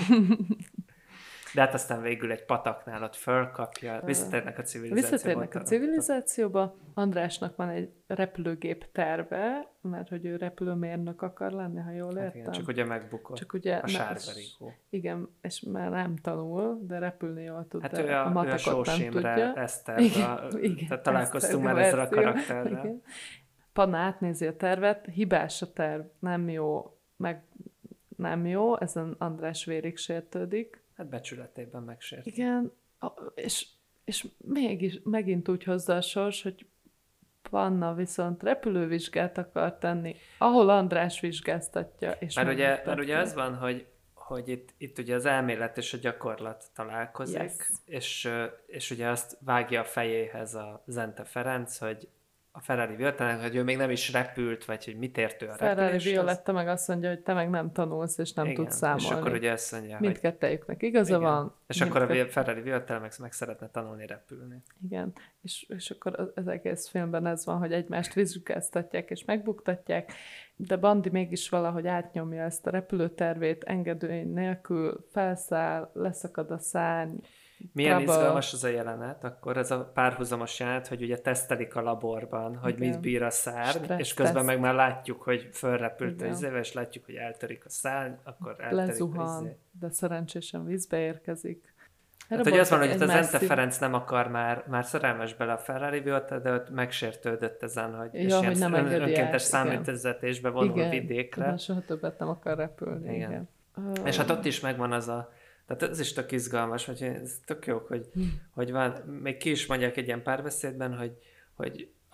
De hát aztán végül egy pataknál ott fölkapja, visszatérnek a civilizációba. Visszatérnek a civilizációba. Andrásnak van egy repülőgép terve, mert hogy ő repülőmérnök akar lenni, ha jól Hát értem. igen, csak ugye megbukott. Csak ugye a más- sárverigó. Igen, és már nem tanul, de repülni jól tud, Hát de ő a, a ő a matekot nem Sós tudja. Imre Eszter, Igen, a, igen, tehát találkoztunk Eszter már ezzel a verzió. karakterrel. Igen. Panna átnézi a tervet, hibás a terv, nem jó, meg nem jó, ezen András vérig sértődik. Hát becsületében megsért. Igen, a- és, és mégis megint úgy hozza a sors, hogy Panna viszont repülővizsgát akar tenni, ahol András vizsgáztatja. És Mert ugye, megmutatja. mert ugye az van, hogy, hogy itt, itt ugye az elmélet és a gyakorlat találkozik, Yes. és, ö, és ugye azt vágja a fejéhez a Zente Ferenc, hogy a Ferrari Violettának, hogy ő még nem is repült, vagy hogy mit ért ő a Ferrari repüléshez. Violetta meg azt mondja, hogy te meg nem tanulsz, és nem Igen, tudsz számolni. És akkor ugye azt mondja, hogy Mindkettejüknek igaza igen. van. És akkor a mindkett- Ferrari Violetta meg, meg szeretne tanulni repülni. Igen, és, és akkor az- az egész filmben ez van, hogy egymást vizsgáztatják és megbuktatják, de Bandi mégis valahogy átnyomja ezt a repülőtervét, engedély nélkül felszáll, leszakad a szárny. Milyen Trouble. izgalmas az a jelenet, akkor ez a párhuzamos jelenet, hogy ugye tesztelik a laborban, hogy Igen. mit bír a szárny, Stressz és közben teszt. meg már látjuk, hogy fölrepült a Igen. izével, és látjuk, hogy eltörik a szárny, akkor eltörik a Lezuhan, izé. de szerencsésen vízbe érkezik. Hát, hogy az van, hogy Egy itt az Zente masszív- Ferenc nem akar már, már szerelmes bele a Ferrari Violettába, de ott megsértődött ezen, hogy, Ja, és hogy ilyen nem ön- engedi önkéntes át, számüzetésbe vonul igen, vidékre. de soha többet nem akar repülni. Igen. Igen. És hát ott is megvan az a, tehát ez is tök izgalmas, hogy ez tök jó, hogy, Hm. hogy van, még ki is mondják egy ilyen párbeszédben, hogy, hogy a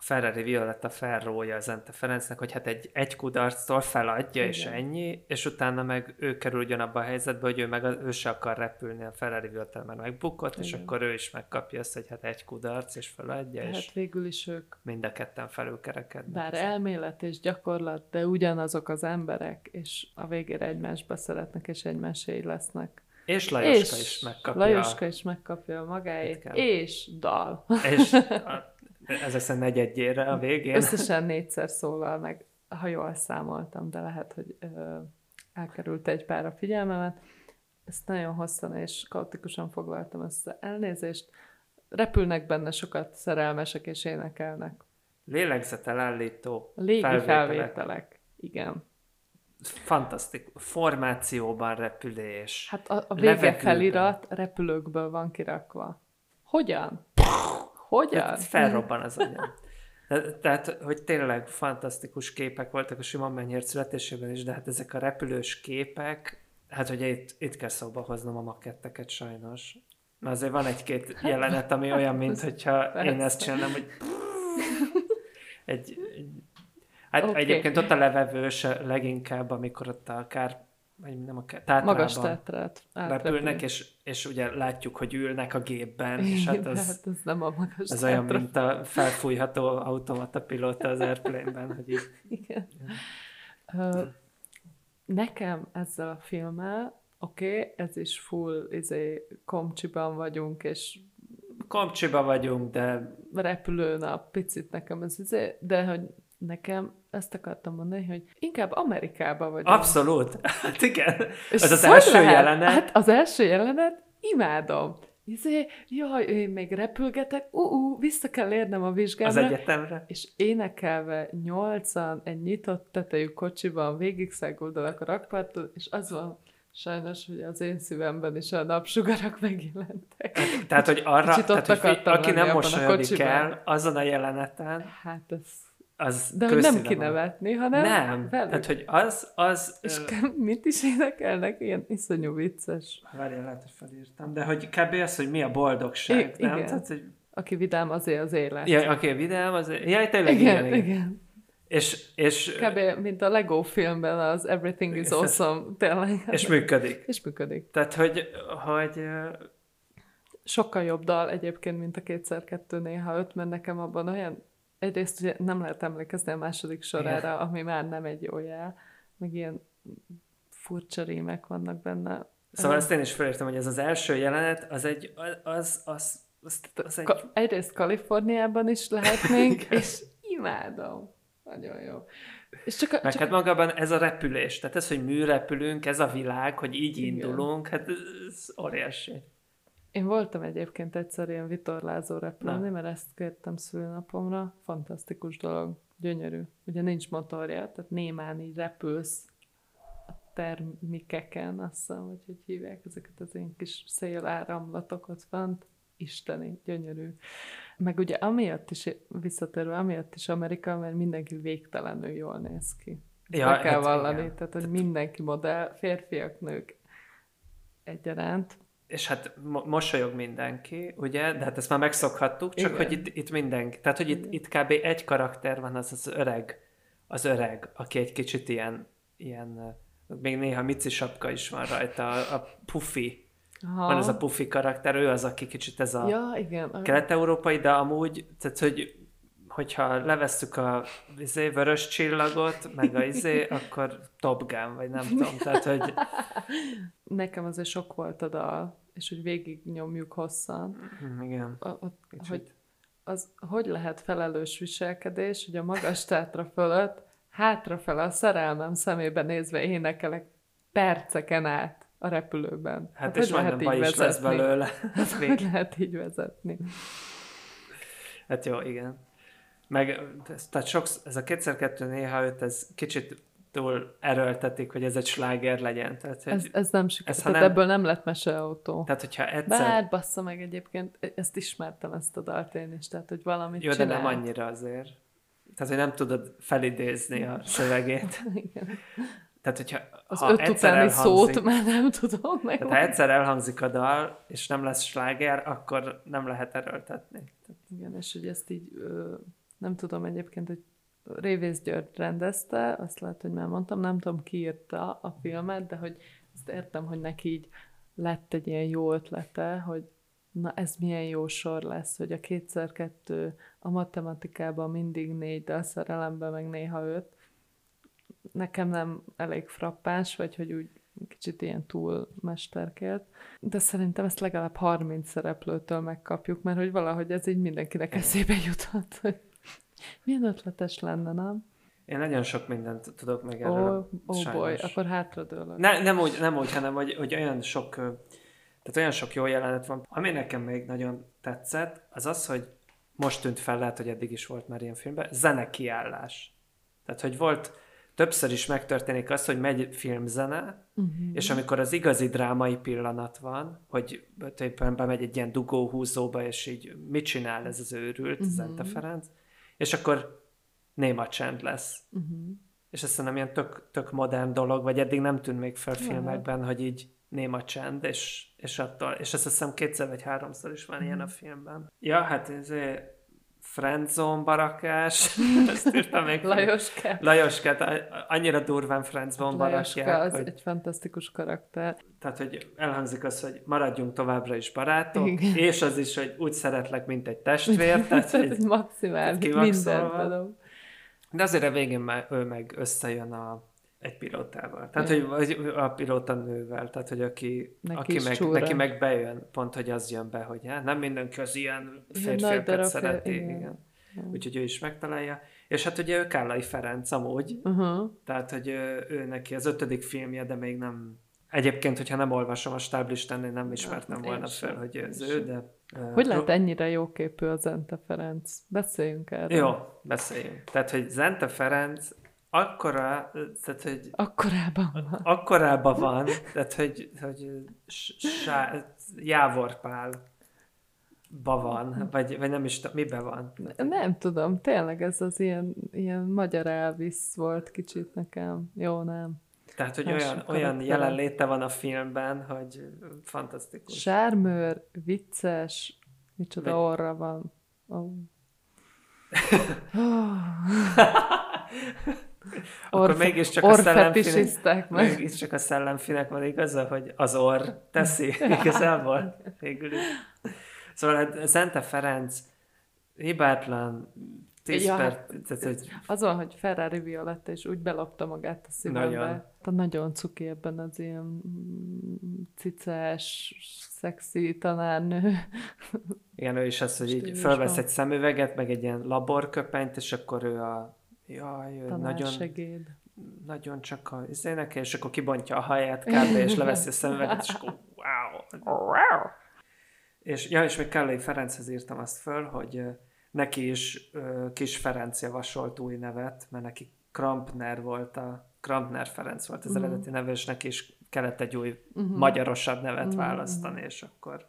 Ferrari Violetta felrója az Ente Ferencnek, hogy hát egy, egy kudarctól feladja, Igen. és ennyi, és utána meg ő kerül ugyanabba a helyzetbe, hogy ő, meg, ő se akar repülni, a Ferrari Violetta már megbukott, igen. és akkor ő is megkapja azt, hogy hát egy kudarc, és feladja, Tehát és végül is ők, mind a ketten felülkerekednek. bár elmélet és gyakorlat, de ugyanazok az emberek, és a végére egymásba szeretnek, és egymáséi lesznek. És Lajoska és is megkapja. Lajoska is megkapja a magáét, Ritkán. és dal. És a, ezek szerint negyedjére a végén. Összesen négyszer szólal meg, ha jól számoltam, de lehet, hogy ö, elkerült egy pár a figyelmemet. Ezt nagyon hosszan és kaotikusan foglaltam össze. Elnézést. Repülnek benne sokat, szerelmesek és énekelnek. Lélegzetelállító Légi felvételek. felvételek. Igen. Fantasztikus. Formációban repülés. Hát a, a vége Levegőben. felirat repülőkből van kirakva. Hogyan? Hogyan? Tehát felrobban az agyam. Te- Tehát, hogy tényleg fantasztikus képek voltak a Simon Mennyért születésében is, de hát ezek a repülős képek, hát ugye itt, itt kell szóba hoznom a maketteket sajnos. Mert azért van egy-két jelenet, ami olyan, mint hogyha én ezt Persze. csinálom, hogy egy, egy hát Oké. egyébként ott a levevős leginkább, amikor ott a kár, vagy nem a kár, Tátrában Magas tetrát. repülnek, és, és ugye látjuk, hogy ülnek a gépben, és hát az, hát ez nem a magas ez olyan, tetra. mint a felfújható automata pilóta az Airplane-ben, hogy így. Igen. Ö, nekem ezzel a filmmel, oké, okay, ez is full izé, komcsiban vagyunk, és Komcsiba vagyunk, de repülőnap, picit nekem ez izé, de hogy nekem ezt akartam mondani, hogy inkább Amerikában vagyunk. abszolút. Hát igen. És Az az hogy első lehet? jelenet. Hát az első jelenet, imádom. Izé, jaj, én még repülgetek, ú, ú, vissza kell érnem a Az vizsgámra. egyetemre. És énekelve nyolcan egy nyitott tetejű kocsiban végigszáguldanak a rakparton, és az van sajnos, hogy az én szívemben is a napsugarak megjelentek. Tehát, hogy arra, Kicsit ott tehát, hogy akartam aki lenni nem abban a mosolyodik kocsiban. el azon a jeleneten, Hát ez... az De hogy nem közszívem van. kinevetni, hanem Nem. velük. Tehát, hogy az, az... És ö, k- mit is énekelnek? Ilyen iszonyú vicces. Várjál, lehet, hogy felírtam. De hogy kb. Az, hogy mi a boldogság, I- nem? igen. Tehát, hogy... Aki vidám, azért az élet. Ja, oké, vidám, az... Ja, tényleg igen, igen, igen. igen. És, és, Kb. Mint a Lego filmben az Everything is Igen. Awesome. Tényleg. és működik. És működik. Tehát, hogy, hogy ö, Sokkal jobb dal egyébként, mint a kétszer kettő néha öt, mert nekem abban olyan... Egyrészt ugye nem lehet emlékezni a második sorára, ami már nem egy jó jel, meg ilyen furcsa rímek vannak benne. Szóval ezt én is felírtam, hogy ez az első jelenet, az egy, az, az, az, az egy... Ka- egyrészt Kaliforniában is lehetnénk, és imádom. Nagyon jó. És csak, a, Meg csak hát magában ez a repülés, tehát ez, hogy műrepülünk, ez a világ, hogy így Igen. indulunk, hát ez óriási. én voltam egyébként egyszer ilyen vitorlázó repülni, Na. mert ezt kértem szülőnapomra. Fantasztikus dolog. Gyönyörű. Ugye nincs motorja, tehát némán így repülsz a termikeken, azt hiszem, hogy hogy hívják ezeket az én kis széláramlatokat fent. Isteni, gyönyörű. Meg ugye amiatt is, visszatérve, amiatt is Amerika, mert mindenki végtelenül jól néz ki. Ja, Be kell hát vallani, igen. tehát hogy mindenki modell, férfiak, nők egyaránt. És hát mo- mosolyog mindenki, ugye, de hát ezt már megszokhattuk, csak Igen. hogy itt, itt mindenki, tehát hogy itt, itt kb. Egy karakter van, az az öreg, az öreg, aki egy kicsit ilyen, ilyen még néha Mici sapka is van rajta, a, a Puffy. Aha. Van ez a Puffy karakter, ő az, aki kicsit ez a Ja, igen. a- kelet-európai, de amúgy, tehát hogy hogyha levesszük a izé, vörös csillagot, meg a izé, akkor Top Gun, vagy nem tudom, tehát hogy Nekem azért sok volt a dal, és hogy végig nyomjuk hosszan. hm, igen, A, a, kicsit. hogy az hogy lehet felelős viselkedés, hogy a magas tátra fölött hátrafele a szerelmem szemébe nézve énekelek perceken át a repülőben. Hát, hogy és majdnem baj is lesz belőle. Hát, hogy lehet így vezetni? Hát jó, igen. Meg, ez- tehát sok, ez a kétszer kettő néha öt, ez kicsit túl erőltetik, hogy ez egy sláger legyen. Tehát, hogy, Ez, ez nem sikerült. ez, ha Tehát nem- ebből nem lett meseautó. tehát hogyha egyszer... Bár bassza meg egyébként, ezt ismertem ezt a dalt én is, tehát hogy valamit Jó, de csinál. nem annyira azért. Tehát, hogy nem tudod felidézni a szövegét. Igen. Tehát, hogyha Az ha öt egyszer utáni elhangzik, szót már nem tudom meg. tehát ha egyszer elhangzik a dal, és nem lesz sláger, akkor nem lehet erőltetni. Igen, és hogy ezt így ö, nem tudom egyébként, hogy Révész György rendezte, azt lehet, hogy már mondtam, nem tudom, ki írta a filmet, de hogy azt értem, hogy neki így lett egy ilyen jó ötlete, hogy na ez milyen jó sor lesz, hogy a kétszer kettő a matematikában mindig négy, de a szerelemben meg néha öt. Nekem nem elég frappáns, vagy hogy úgy kicsit ilyen túl mesterkélt. De szerintem ezt legalább harminc szereplőtől megkapjuk, mert hogy valahogy ez így mindenkinek eszébe juthat, hogy milyen ötletes lenne, nem? Én nagyon sok mindent tudok meg Ó, erről. oh, oh boy, akkor hátradőlök. Ne, nem, úgy, nem úgy, hanem hogy, hogy olyan sok, tehát olyan sok jó jelenet van. Ami nekem még nagyon tetszett, az az, hogy most tűnt fel, lehet, hogy eddig is volt már ilyen filmben, zenekiállás. Tehát, hogy volt, többször is megtörténik az, hogy megy filmzene, uh-huh. és amikor az igazi drámai pillanat van, hogy éppen bemegy egy ilyen dugóhúzóba, és így mit csinál ez az őrült, uh-huh. Zente Ferenc, és akkor néma csend lesz. Uh-huh. És ezt szerintem ilyen tök, tök modern dolog, vagy eddig nem tűnt még fel filmekben, hogy így néma csend, és, és attól, és azt hiszem kétszer vagy háromszor is van uh-huh. ilyen a filmben. Ja, hát ez friendzone barakás, ezt írtam még. Lajoskát. Lajoskát, annyira durván friendzone barakják. Lajoska az hogy, egy fantasztikus karakter. Tehát, hogy elhangzik az, hogy maradjunk továbbra is barátok, igen. És az is, hogy úgy szeretlek, mint egy testvér. Tehát, hogy maximális, mindent tudom. De azért a végén már ő meg összejön a, egy pilótával. Tehát, hogy, hogy a pilóta nővel. Tehát, hogy aki, aki meg, neki meg bejön, pont, hogy az jön be, hogy hát nem mindenki az ilyen férfiakat szereti. Igen. Igen. Úgyhogy ő is megtalálja. És hát ugye ő Kállai Ferenc amúgy. Uh-huh. Tehát, hogy ő, ő neki az ötödik filmje, de még nem... Egyébként, hogyha nem olvasom a stáblistán, én nem ismertem ja, volna fel, hogy ez ő, de... Hogy lehet ennyire jóképű a Zente Ferenc? Beszéljünk erről. Jó, beszéljünk. Tehát, hogy Zente Ferenc akkora, tehát, hogy... Akkorában van. Akkorában van, tehát, hogy, hogy sá, Jávor Pálba van, vagy, vagy nem is tudom, miben van? Nem tudom, tényleg ez az ilyen, ilyen magyar Elvis volt kicsit nekem. Jó, nem? Tehát, hogy olyan, olyan jelenléte van a filmben, hogy fantasztikus. Sármőr, vicces, micsoda Vagy... orra van. Oh. Akkor Orf... mégiscsak a szellemfinek, mégiscsak a szellemfinek van igaza, hogy az orr teszi igazából. Végül is. Szóval Zente Ferenc hibátlan, tíz ja, perc, tehát, hogy... Az van, hogy Ferrari Violetta, és úgy belopta magát a szívembe. Nagyon. Nagyon cuki ebben az ilyen cicás, szexi tanárnő. Igen, ő is az, hogy így felvesz egy szemüveget, meg egy ilyen laborköpenyt, és akkor ő a... Jaj, ő nagyon... Nagyon csak a izének, és akkor kibontja a haját kb. És leveszi a szemüveget, és akkor wow! És, ja, és még Kállai Ferenchez írtam azt föl, hogy neki is uh, Kis Ferenc javasolt új nevet, mert neki Krampner volt a Krampner Ferenc volt az uh-huh. eredeti neve, és neki is kellett egy új uh-huh. magyarosabb nevet uh-huh. választani, és akkor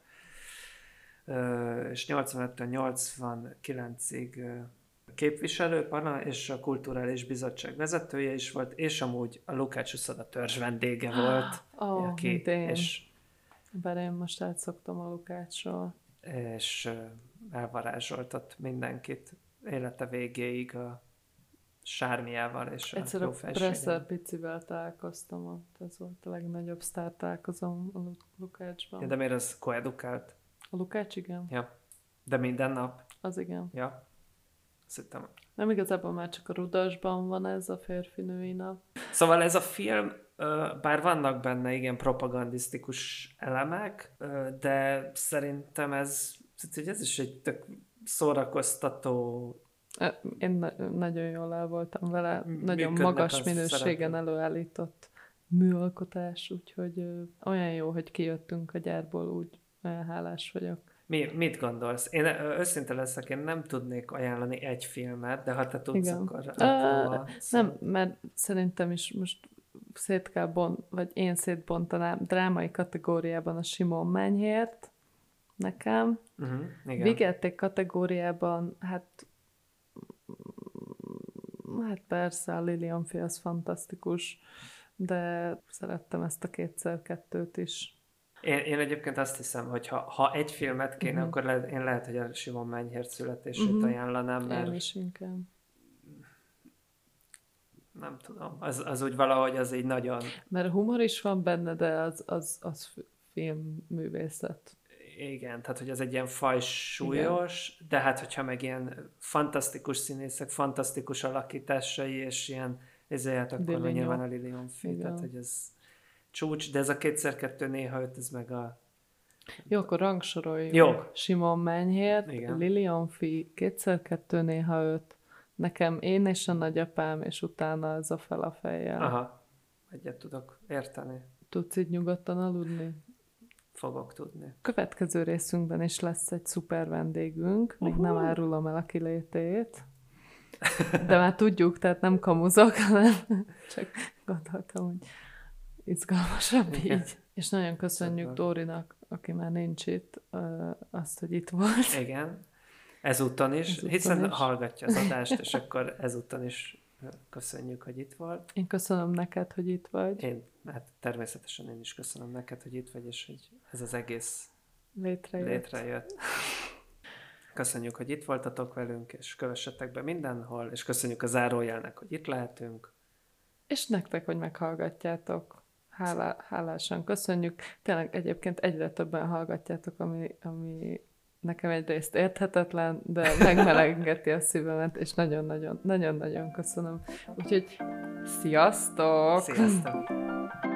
uh, és nyolcvanöttől nyolcvankilencig uh, képviselő, parlament, és a Kulturális Bizottság vezetője is volt, és amúgy a Lukács Uszoda törzs vendége volt. Oh, aki, és bár én most átszoktam a Lukácsról. És elvarázsoltat mindenkit élete végéig a sármiával és a egyszer jó a Presser Picivel találkoztam ott, ez volt a legnagyobb sztár találkozom a Lukácsban. Ja, de miért az koedukált? A Lukács, igen. Ja. De minden nap? Az igen. Ja. Azt hittem. Nem igazából már csak a Rudasban van ez a férfi-női nap. Szóval ez a film, bár vannak benne igen propagandisztikus elemek, de szerintem ez, ez is egy tök szórakoztató... Én na- nagyon jól el voltam vele, nagyon magas minőségen szeretem. Előállított műalkotás, úgyhogy ö, olyan jó, hogy kijöttünk a gyárból, úgy olyan hálás vagyok. Mi, mit gondolsz? Én őszinte leszek, én nem tudnék ajánlani egy filmet, de ha te tudsz, igen. Akkor... Uh, nem, mert szerintem is most szét kell bont, vagy én szétbontanám drámai kategóriában a Simon Menyhért nekem. Uh-huh, Vigyáték kategóriában, hát hát persze a Lilian Fay az fantasztikus, de szerettem ezt a kétszer kettőt is. Én, én egyébként azt hiszem, hogy ha, ha egy filmet kéne, Mhm. akkor le, én lehet, hogy a Simon Menyhért születését Mhm. ajánlanám, mert Én is inkább. nem tudom, az, az úgy valahogy az így nagyon, Mert humor is van benne, de az, az, az fi- filmművészet. igen, tehát hogy az egy ilyen fajsúlyos, de hát hogyha meg ilyen fantasztikus színészek, fantasztikus alakításai, és ilyen ezért akkor Lilian. nyilván a Lilian Fee, Igen. tehát hogy ez csúcs, de ez a kétszer kettő néha öt, ez meg a... Jó, akkor rangsoroljuk. Jó. Simon Menyhért, Igen. Lilian Fee, kétszer kettő néha öt, nekem Én és a nagyapám, és utána ez a Fel a fejjel. Aha, egyet tudok érteni, Tudsz így nyugodtan aludni? fogok tudni. Következő részünkben is lesz egy szuper vendégünk, még nem árulom el a kilétét, de már tudjuk, tehát nem kamuzok, hanem csak gondoltam, hogy izgalmasabb Igen. így. És nagyon köszönjük Szuper. Dórinak, aki már nincs itt, ö, azt, hogy itt volt. Igen, ezúton is, Ezúton hiszen is. hallgatja az adást, és akkor ezúton is köszönjük, hogy itt volt. Én köszönöm neked, hogy itt vagy. Én, hát természetesen én is köszönöm neked, hogy itt vagy, és hogy ez az egész Létrejött. létrejött. Köszönjük, hogy itt voltatok velünk, és kövessetek be mindenhol, és köszönjük a zárójelnek, hogy itt lehetünk. És nektek, hogy meghallgatjátok. Hálá, hálásan köszönjük. Tényleg egyébként egyre többen hallgatjátok, ami, ami nekem egyrészt érthetetlen, de megmelegengeti a szívemet, és nagyon-nagyon, nagyon-nagyon köszönöm. Úgyhogy sziasztok! Sziasztok!